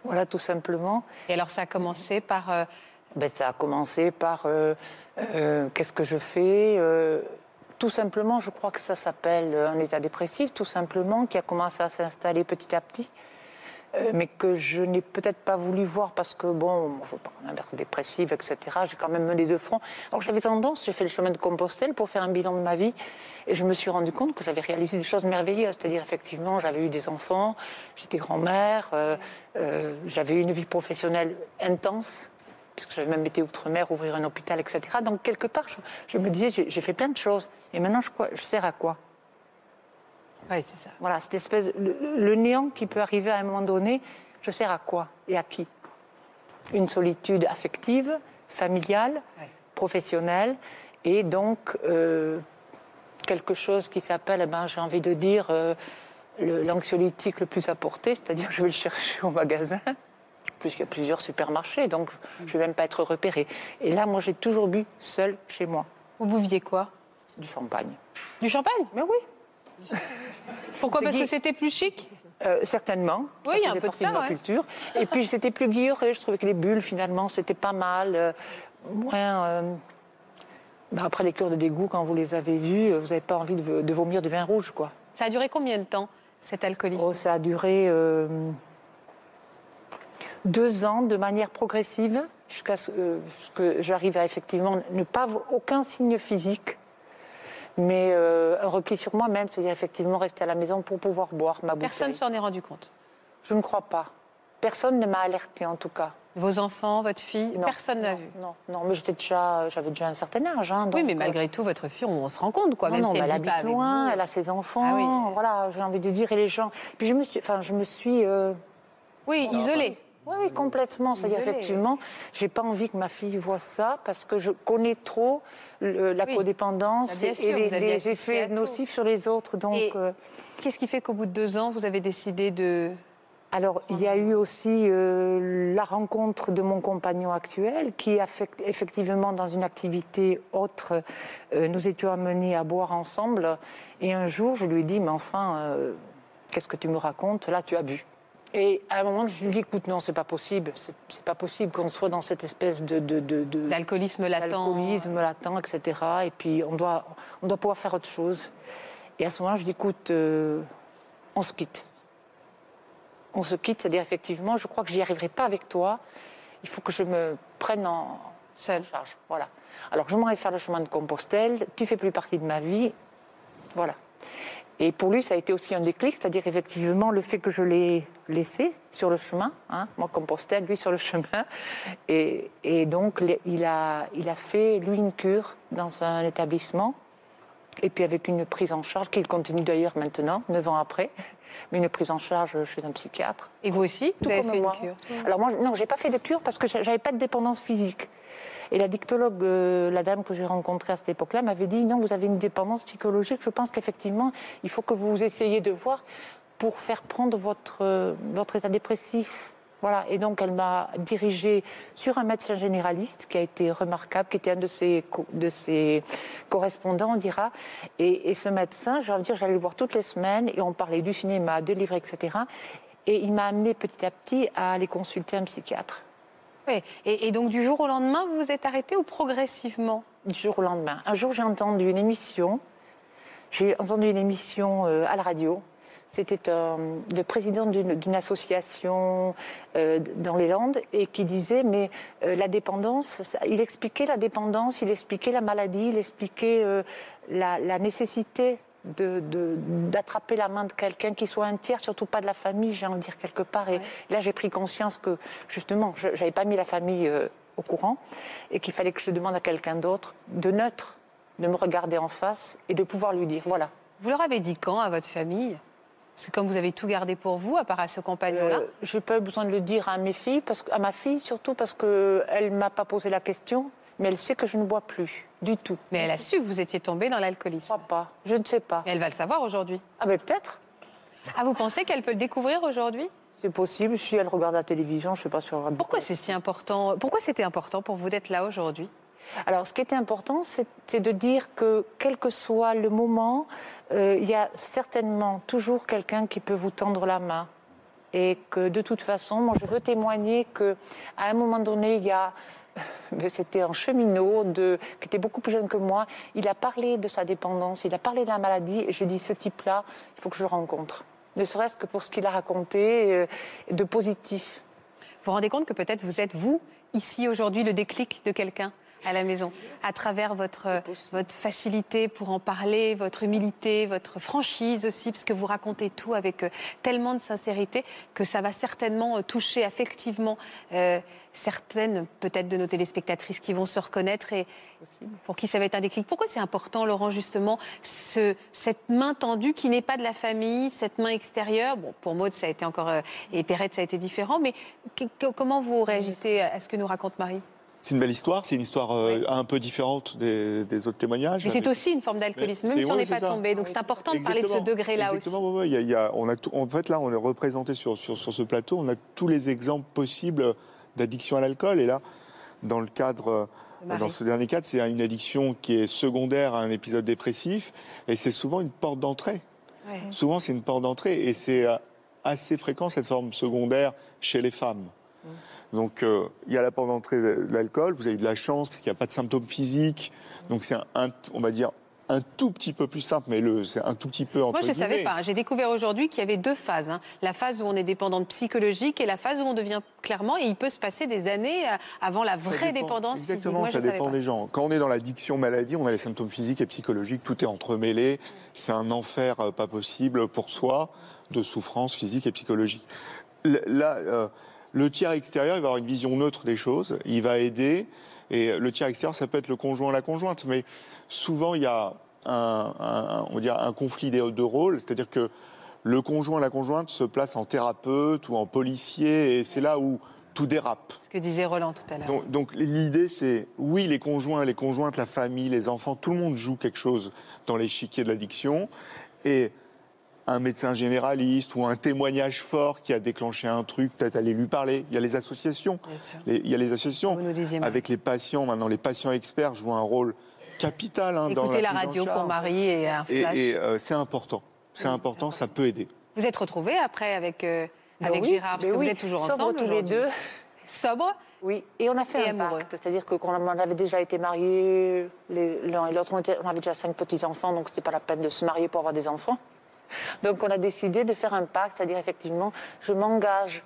Voilà, tout simplement. Et alors ça a commencé par... Euh... Ben, ça a commencé par euh, euh, qu'est-ce que je fais euh, tout simplement, je crois que ça s'appelle un état dépressif, tout simplement, qui a commencé à s'installer petit à petit, euh, mais que je n'ai peut-être pas voulu voir parce que, bon, je ne veux pas être dépressive, et cetera. J'ai quand même mené de front. Alors j'avais tendance, j'ai fait le chemin de Compostelle pour faire un bilan de ma vie, et je me suis rendu compte que j'avais réalisé des choses merveilleuses, c'est-à-dire effectivement, j'avais eu des enfants, j'étais grand-mère, euh, euh, j'avais eu une vie professionnelle intense, puisque j'avais même été outre-mer, ouvrir un hôpital, et cetera. Donc, quelque part, je, je me disais, j'ai, j'ai fait plein de choses. Et maintenant, je, je sers à quoi? Oui, c'est ça. Voilà, cette espèce... Le, le néant qui peut arriver à un moment donné, je sers à quoi et à qui? Une solitude affective, familiale, ouais. professionnelle, et donc euh, quelque chose qui s'appelle, eh ben, j'ai envie de dire, euh, le, l'anxiolytique le plus apporté, c'est-à-dire je vais le chercher au magasin, puisqu'il y a plusieurs supermarchés, donc je ne vais même pas être repérée. Et là, moi, j'ai toujours bu seule chez moi. Vous buviez quoi? Du champagne. Du champagne? Mais oui. Pourquoi? C'est Parce gui... que c'était plus chic? euh, Certainement. Oui, il y a un peu de ça, de ma ouais. culture. Et puis, c'était plus guilloré. Je trouvais que les bulles, finalement, c'était pas mal. Euh, moins... Euh... Ben, après les cures de dégoût, quand vous les avez vus, vous n'avez pas envie de, de vomir du vin rouge, quoi. Ça a duré combien de temps, cet alcoolisme? Oh, ça a duré... Euh... Deux ans de manière progressive, jusqu'à ce que j'arrive à effectivement ne pas avoir aucun signe physique, mais euh, un repli sur moi-même, c'est-à-dire effectivement rester à la maison pour pouvoir boire ma bouteille. Personne ne s'en est rendu compte? Je ne crois pas. Personne ne m'a alerté en tout cas. Vos enfants, votre fille, non, personne n'a vu? Non, non, mais j'étais déjà, j'avais déjà un certain âge. Hein, donc, oui, mais malgré euh... tout, votre fille, on, on se rend compte, quoi. Non, même non, si elle, elle habite loin, elle a ses enfants, ah, oui. Voilà, j'ai envie de dire, et les gens. Puis je me suis, enfin, je me suis. Euh... Oui, non, isolée. Oui, oui, complètement. C'est-à-dire, effectivement, j'ai pas envie que ma fille voie ça parce que je connais trop le, la oui. codépendance bah, et sûr, les, les effets nocifs sur les autres. Donc, et euh... qu'est-ce qui fait qu'au bout de deux ans, vous avez décidé de... Alors, il y a eu aussi euh, la rencontre de mon compagnon actuel qui, affect, effectivement, dans une activité autre, euh, nous étions amenés à boire ensemble. Et un jour, je lui ai dit, mais enfin, euh, qu'est-ce que tu me racontes? Là, tu as bu. Et à un moment, je lui dis, écoute, non, c'est pas possible. C'est, c'est pas possible qu'on soit dans cette espèce de... de, de, de d'alcoolisme latent. D'alcoolisme latent, et cetera. Et puis, on doit, on doit pouvoir faire autre chose. Et à ce moment-là, je dis, écoute, euh, on se quitte. On se quitte, c'est-à-dire, effectivement, je crois que j'y arriverai pas avec toi. Il faut que je me prenne en, seule. en charge. Voilà. Alors, je m'en vais faire le chemin de Compostelle. Tu fais plus partie de ma vie. Voilà. Et pour lui, ça a été aussi un déclic, c'est-à-dire effectivement le fait que je l'ai laissé sur le chemin, hein, moi Compostelle, lui sur le chemin, et, et donc il a, il a fait, lui, une cure dans un établissement, et puis avec une prise en charge, qu'il continue d'ailleurs maintenant, neuf ans après, mais une prise en charge chez un psychiatre. Et vous aussi, vous avez fait moi. une cure? Alors moi, non, j'ai pas fait de cure parce que j'avais pas de dépendance physique. Et la dictologue, euh, la dame que j'ai rencontrée à cette époque-là, m'avait dit, non, vous avez une dépendance psychologique. Je pense qu'effectivement, il faut que vous essayiez de voir pour faire prendre votre, euh, votre état dépressif. Voilà. Et donc, elle m'a dirigée sur un médecin généraliste qui a été remarquable, qui était un de ses, de ses correspondants, on dira. Et, et ce médecin, j'ai envie de dire, j'allais le voir toutes les semaines et on parlait du cinéma, de livres, et cetera. Et il m'a amené petit à petit à aller consulter un psychiatre. Oui. Et, et donc, du jour au lendemain, vous vous êtes arrêté ou progressivement? Du jour au lendemain. Un jour, j'ai entendu une émission. J'ai entendu une émission euh, à la radio. C'était euh, le président d'une, d'une association euh, dans les Landes et qui disait, mais euh, la dépendance, ça, il expliquait la dépendance, il expliquait la maladie, il expliquait euh, la, la nécessité De, de, d'attraper la main de quelqu'un qui soit un tiers, surtout pas de la famille, j'ai envie de dire quelque part. Et ouais. Là, j'ai pris conscience que, justement, je n'avais pas mis la famille euh, au courant et qu'il fallait que je demande à quelqu'un d'autre, de neutre, de me regarder en face et de pouvoir lui dire, voilà. Vous leur avez dit quand à votre famille? Parce que comme vous avez tout gardé pour vous, à part à ce compagnon-là euh, je n'ai pas eu besoin de le dire à mes filles, parce que, à ma fille surtout, parce qu'elle ne m'a pas posé la question. Mais elle sait que je ne bois plus, du tout. Mais elle a su que vous étiez tombée dans l'alcoolisme. Je ne crois pas, je ne sais pas. Mais elle va le savoir aujourd'hui. Ah mais peut-être. Ah, vous pensez qu'elle peut le découvrir aujourd'hui? C'est possible, si elle regarde la télévision, je ne sais pas si elle regarde... Pourquoi c'est si important? Pourquoi c'était important pour vous d'être là aujourd'hui? Alors, ce qui était important, c'est, c'est de dire que, quel que soit le moment, euh, il y a certainement toujours quelqu'un qui peut vous tendre la main et que de toute façon, moi je veux témoigner qu'à un moment donné, il y a... C'était un cheminot de, qui était beaucoup plus jeune que moi. Il a parlé de sa dépendance, il a parlé de la maladie. Et je dis, ce type-là, il faut que je le rencontre. Ne serait-ce que pour ce qu'il a raconté euh, de positif. Vous vous rendez compte que peut-être vous êtes, vous, ici aujourd'hui, le déclic de quelqu'un à la maison, à travers votre, votre facilité pour en parler, votre humilité, votre franchise aussi, parce que vous racontez tout avec tellement de sincérité que ça va certainement toucher affectivement euh, certaines, peut-être, de nos téléspectatrices qui vont se reconnaître et pour qui ça va être un déclic. Pourquoi c'est important, Laurent, justement, ce, cette main tendue qui n'est pas de la famille, cette main extérieure? Bon, pour Maud, ça a été encore... Euh, et Perrette, ça a été différent, mais que, que, comment vous réagissez à ce que nous raconte Marie? C'est une belle histoire, c'est une histoire euh, oui. un peu différente des, des autres témoignages. Mais c'est aussi une forme d'alcoolisme, même si on n'est pas ça. tombé. Donc c'est important de Exactement. parler de ce degré-là aussi. Exactement, oui. Il y a, il y a, on a tout, en fait, là, on est représenté sur, sur, sur ce plateau, on a tous les exemples possibles d'addiction à l'alcool. Et là, dans le cadre, dans ce dernier cadre, c'est une addiction qui est secondaire à un épisode dépressif. Et c'est souvent une porte d'entrée. Ouais. Souvent, c'est une porte d'entrée. Et c'est assez fréquent, cette forme secondaire, chez les femmes. Mmh. Donc, euh, il y a la porte d'entrée de l'alcool, vous avez de la chance parce qu'il n'y a pas de symptômes physiques. Donc, c'est, un, un, on va dire, un tout petit peu plus simple, mais le, c'est un tout petit peu entre Moi, je ne guillemets. savais pas. J'ai découvert aujourd'hui qu'il y avait deux phases. Hein. La phase où on est dépendante psychologique et la phase où on devient clairement... Et il peut se passer des années avant la vraie dépend, dépendance exactement, physique. Moi, ça dépend des gens. Quand on est dans l'addiction-maladie, on a les symptômes physiques et psychologiques. Tout est entremêlé. C'est un enfer euh, pas possible pour soi de souffrance physique et psychologique. Là... Euh, Le tiers extérieur, il va avoir une vision neutre des choses, il va aider, et le tiers extérieur, ça peut être le conjoint, la conjointe, mais souvent il y a un, un, on va dire un conflit de, de rôle, c'est-à-dire que le conjoint, la conjointe se place en thérapeute ou en policier, et c'est là où tout dérape. Ce que disait Roland tout à l'heure. Donc, donc l'idée, c'est, oui, les conjoints, les conjointes, la famille, les enfants, tout le monde joue quelque chose dans l'échiquier de l'addiction, et un médecin généraliste ou un témoignage fort qui a déclenché un truc, peut-être aller lui parler. Il y a les associations. Les, il y a les associations. Disiez, avec les patients. Maintenant, les patients experts jouent un rôle capital. Hein, Écoutez dans la, la radio pour Marie et un flash. Et, et euh, c'est important. C'est oui, important, ça peut aider. Vous êtes retrouvés après avec, euh, avec oui, Gérard, parce que oui. vous êtes toujours Sobre ensemble tous les deux. Sobre. Oui, et on a fait et un amoureux. pacte, c'est-à-dire que quand on avait déjà été mariés, les, l'un et l'autre, on, était, on avait déjà cinq petits-enfants, donc c'était pas la peine de se marier pour avoir des enfants. Donc on a décidé de faire un pacte, c'est-à-dire effectivement, je m'engage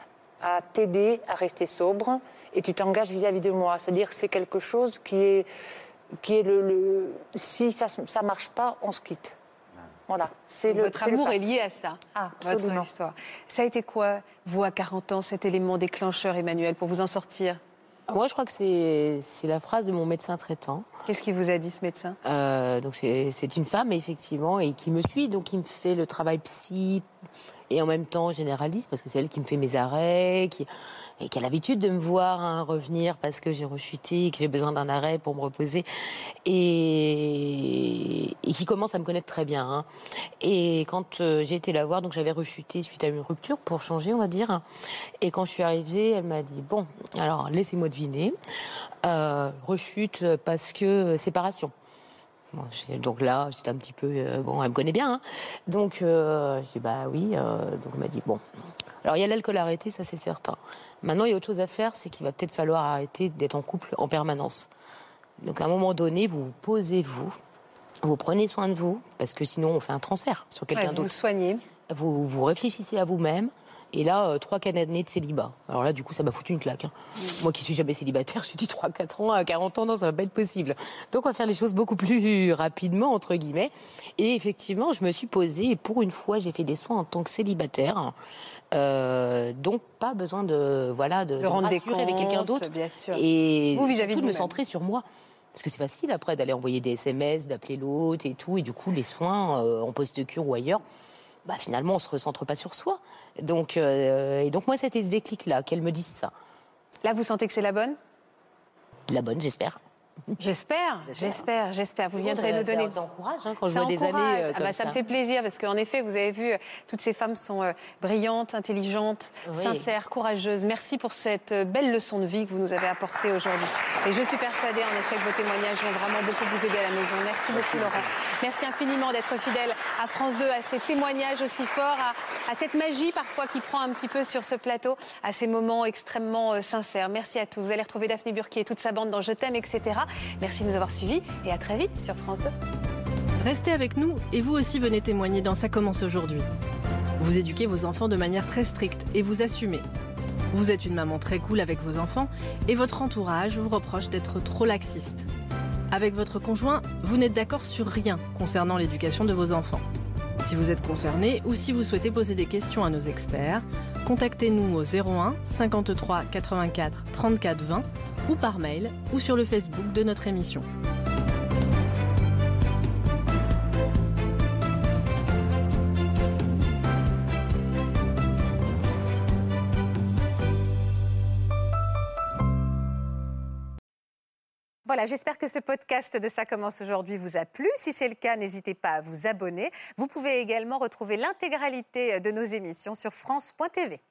à t'aider à rester sobre et tu t'engages vis-à-vis de moi. C'est-à-dire que c'est quelque chose qui est, qui est le, le... Si ça ne marche pas, on se quitte. Voilà. C'est le, Votre c'est amour le est lié à ça, ah, votre histoire. Ça a été quoi, vous, à quarante ans, cet élément déclencheur, Emmanuel, pour vous en sortir? Moi, je crois que c'est, c'est la phrase de mon médecin traitant. Qu'est-ce qu'il vous a dit, ce médecin? euh, Donc, c'est, c'est une femme, effectivement, et qui me suit, donc qui me fait le travail psy et en même temps généraliste, parce que c'est elle qui me fait mes arrêts, qui, et qui a l'habitude de me voir hein, revenir parce que j'ai rechuté, que j'ai besoin d'un arrêt pour me reposer, et, et qui commence à me connaître très bien. Hein. Et quand euh, j'ai été la voir, donc j'avais rechuté suite à une rupture, pour changer, on va dire. Et quand je suis arrivée, elle m'a dit, bon, alors laissez-moi deviner, euh, rechute parce que séparation. Bon, donc là, j'étais un petit peu... Euh, bon, elle me connaît bien. Hein. Donc, euh, j'ai dit, bah oui. Euh, donc, elle m'a dit, bon. Alors, il y a l'alcool à arrêter, ça, c'est certain. Maintenant, il y a autre chose à faire, c'est qu'il va peut-être falloir arrêter d'être en couple en permanence. Donc, à un moment donné, vous vous posez, vous, vous prenez soin de vous, parce que sinon, on fait un transfert sur quelqu'un ouais, d'autre. Vous soignez. Vous, vous réfléchissez à vous-même. Et là, euh, trois quatre années de célibat. Alors là, du coup, ça m'a foutu une claque. Hein. Mmh. Moi qui suis jamais célibataire, je me dis trois quatre ans à quarante ans, non, ça va pas être possible. Donc, on va faire les choses beaucoup plus rapidement, entre guillemets. Et effectivement, je me suis posée, et pour une fois, j'ai fait des soins en tant que célibataire. Euh, donc, pas besoin de, voilà, de, de, de rendre me des rassurer comptes, avec quelqu'un d'autre. Bien sûr. Et vous, vis-à-vis surtout de, de me centrer sur moi. Parce que c'est facile, après, d'aller envoyer des S M S, d'appeler l'autre et tout. Et du coup, les soins, euh, en post-cure ou ailleurs, bah, finalement, on ne se recentre pas sur soi. Donc, euh, et donc, moi, c'était ce déclic-là, qu'elle me dise ça. Là, vous sentez que c'est la bonne? La bonne, j'espère. J'espère, j'espère, j'espère. Vous viendrez ça, nous donner. Ça, ça encourage hein, quand je Ça vois des encourage. années euh, Ah comme bah, ça. ça. me fait plaisir parce qu'en effet, vous avez vu, euh, toutes ces femmes sont euh, brillantes, intelligentes, Oui. sincères, courageuses. Merci pour cette euh, belle leçon de vie que vous nous avez apportée aujourd'hui. Et je suis persuadée, en effet, que vos témoignages vont vraiment beaucoup vous aider à la maison. Merci beaucoup, Laurent. Merci infiniment d'être fidèle à France deux, à ces témoignages aussi forts, à, à cette magie parfois qui prend un petit peu sur ce plateau, à ces moments extrêmement euh, sincères. Merci à tous. Vous allez retrouver Daphné Burki et toute sa bande dans Je t'aime, et cetera. Merci de nous avoir suivis et à très vite sur France deux. Restez avec nous et vous aussi venez témoigner dans Ça commence aujourd'hui. Vous éduquez vos enfants de manière très stricte et vous assumez. Vous êtes une maman très cool avec vos enfants et votre entourage vous reproche d'être trop laxiste. Avec votre conjoint, vous n'êtes d'accord sur rien concernant l'éducation de vos enfants. Si vous êtes concerné ou si vous souhaitez poser des questions à nos experts, contactez-nous au zéro un cinquante-trois quatre-vingt-quatre trente-quatre vingt ou par mail ou sur le Facebook de notre émission. Voilà, j'espère que ce podcast de Ça commence aujourd'hui vous a plu. Si c'est le cas, n'hésitez pas à vous abonner. Vous pouvez également retrouver l'intégralité de nos émissions sur France point T V.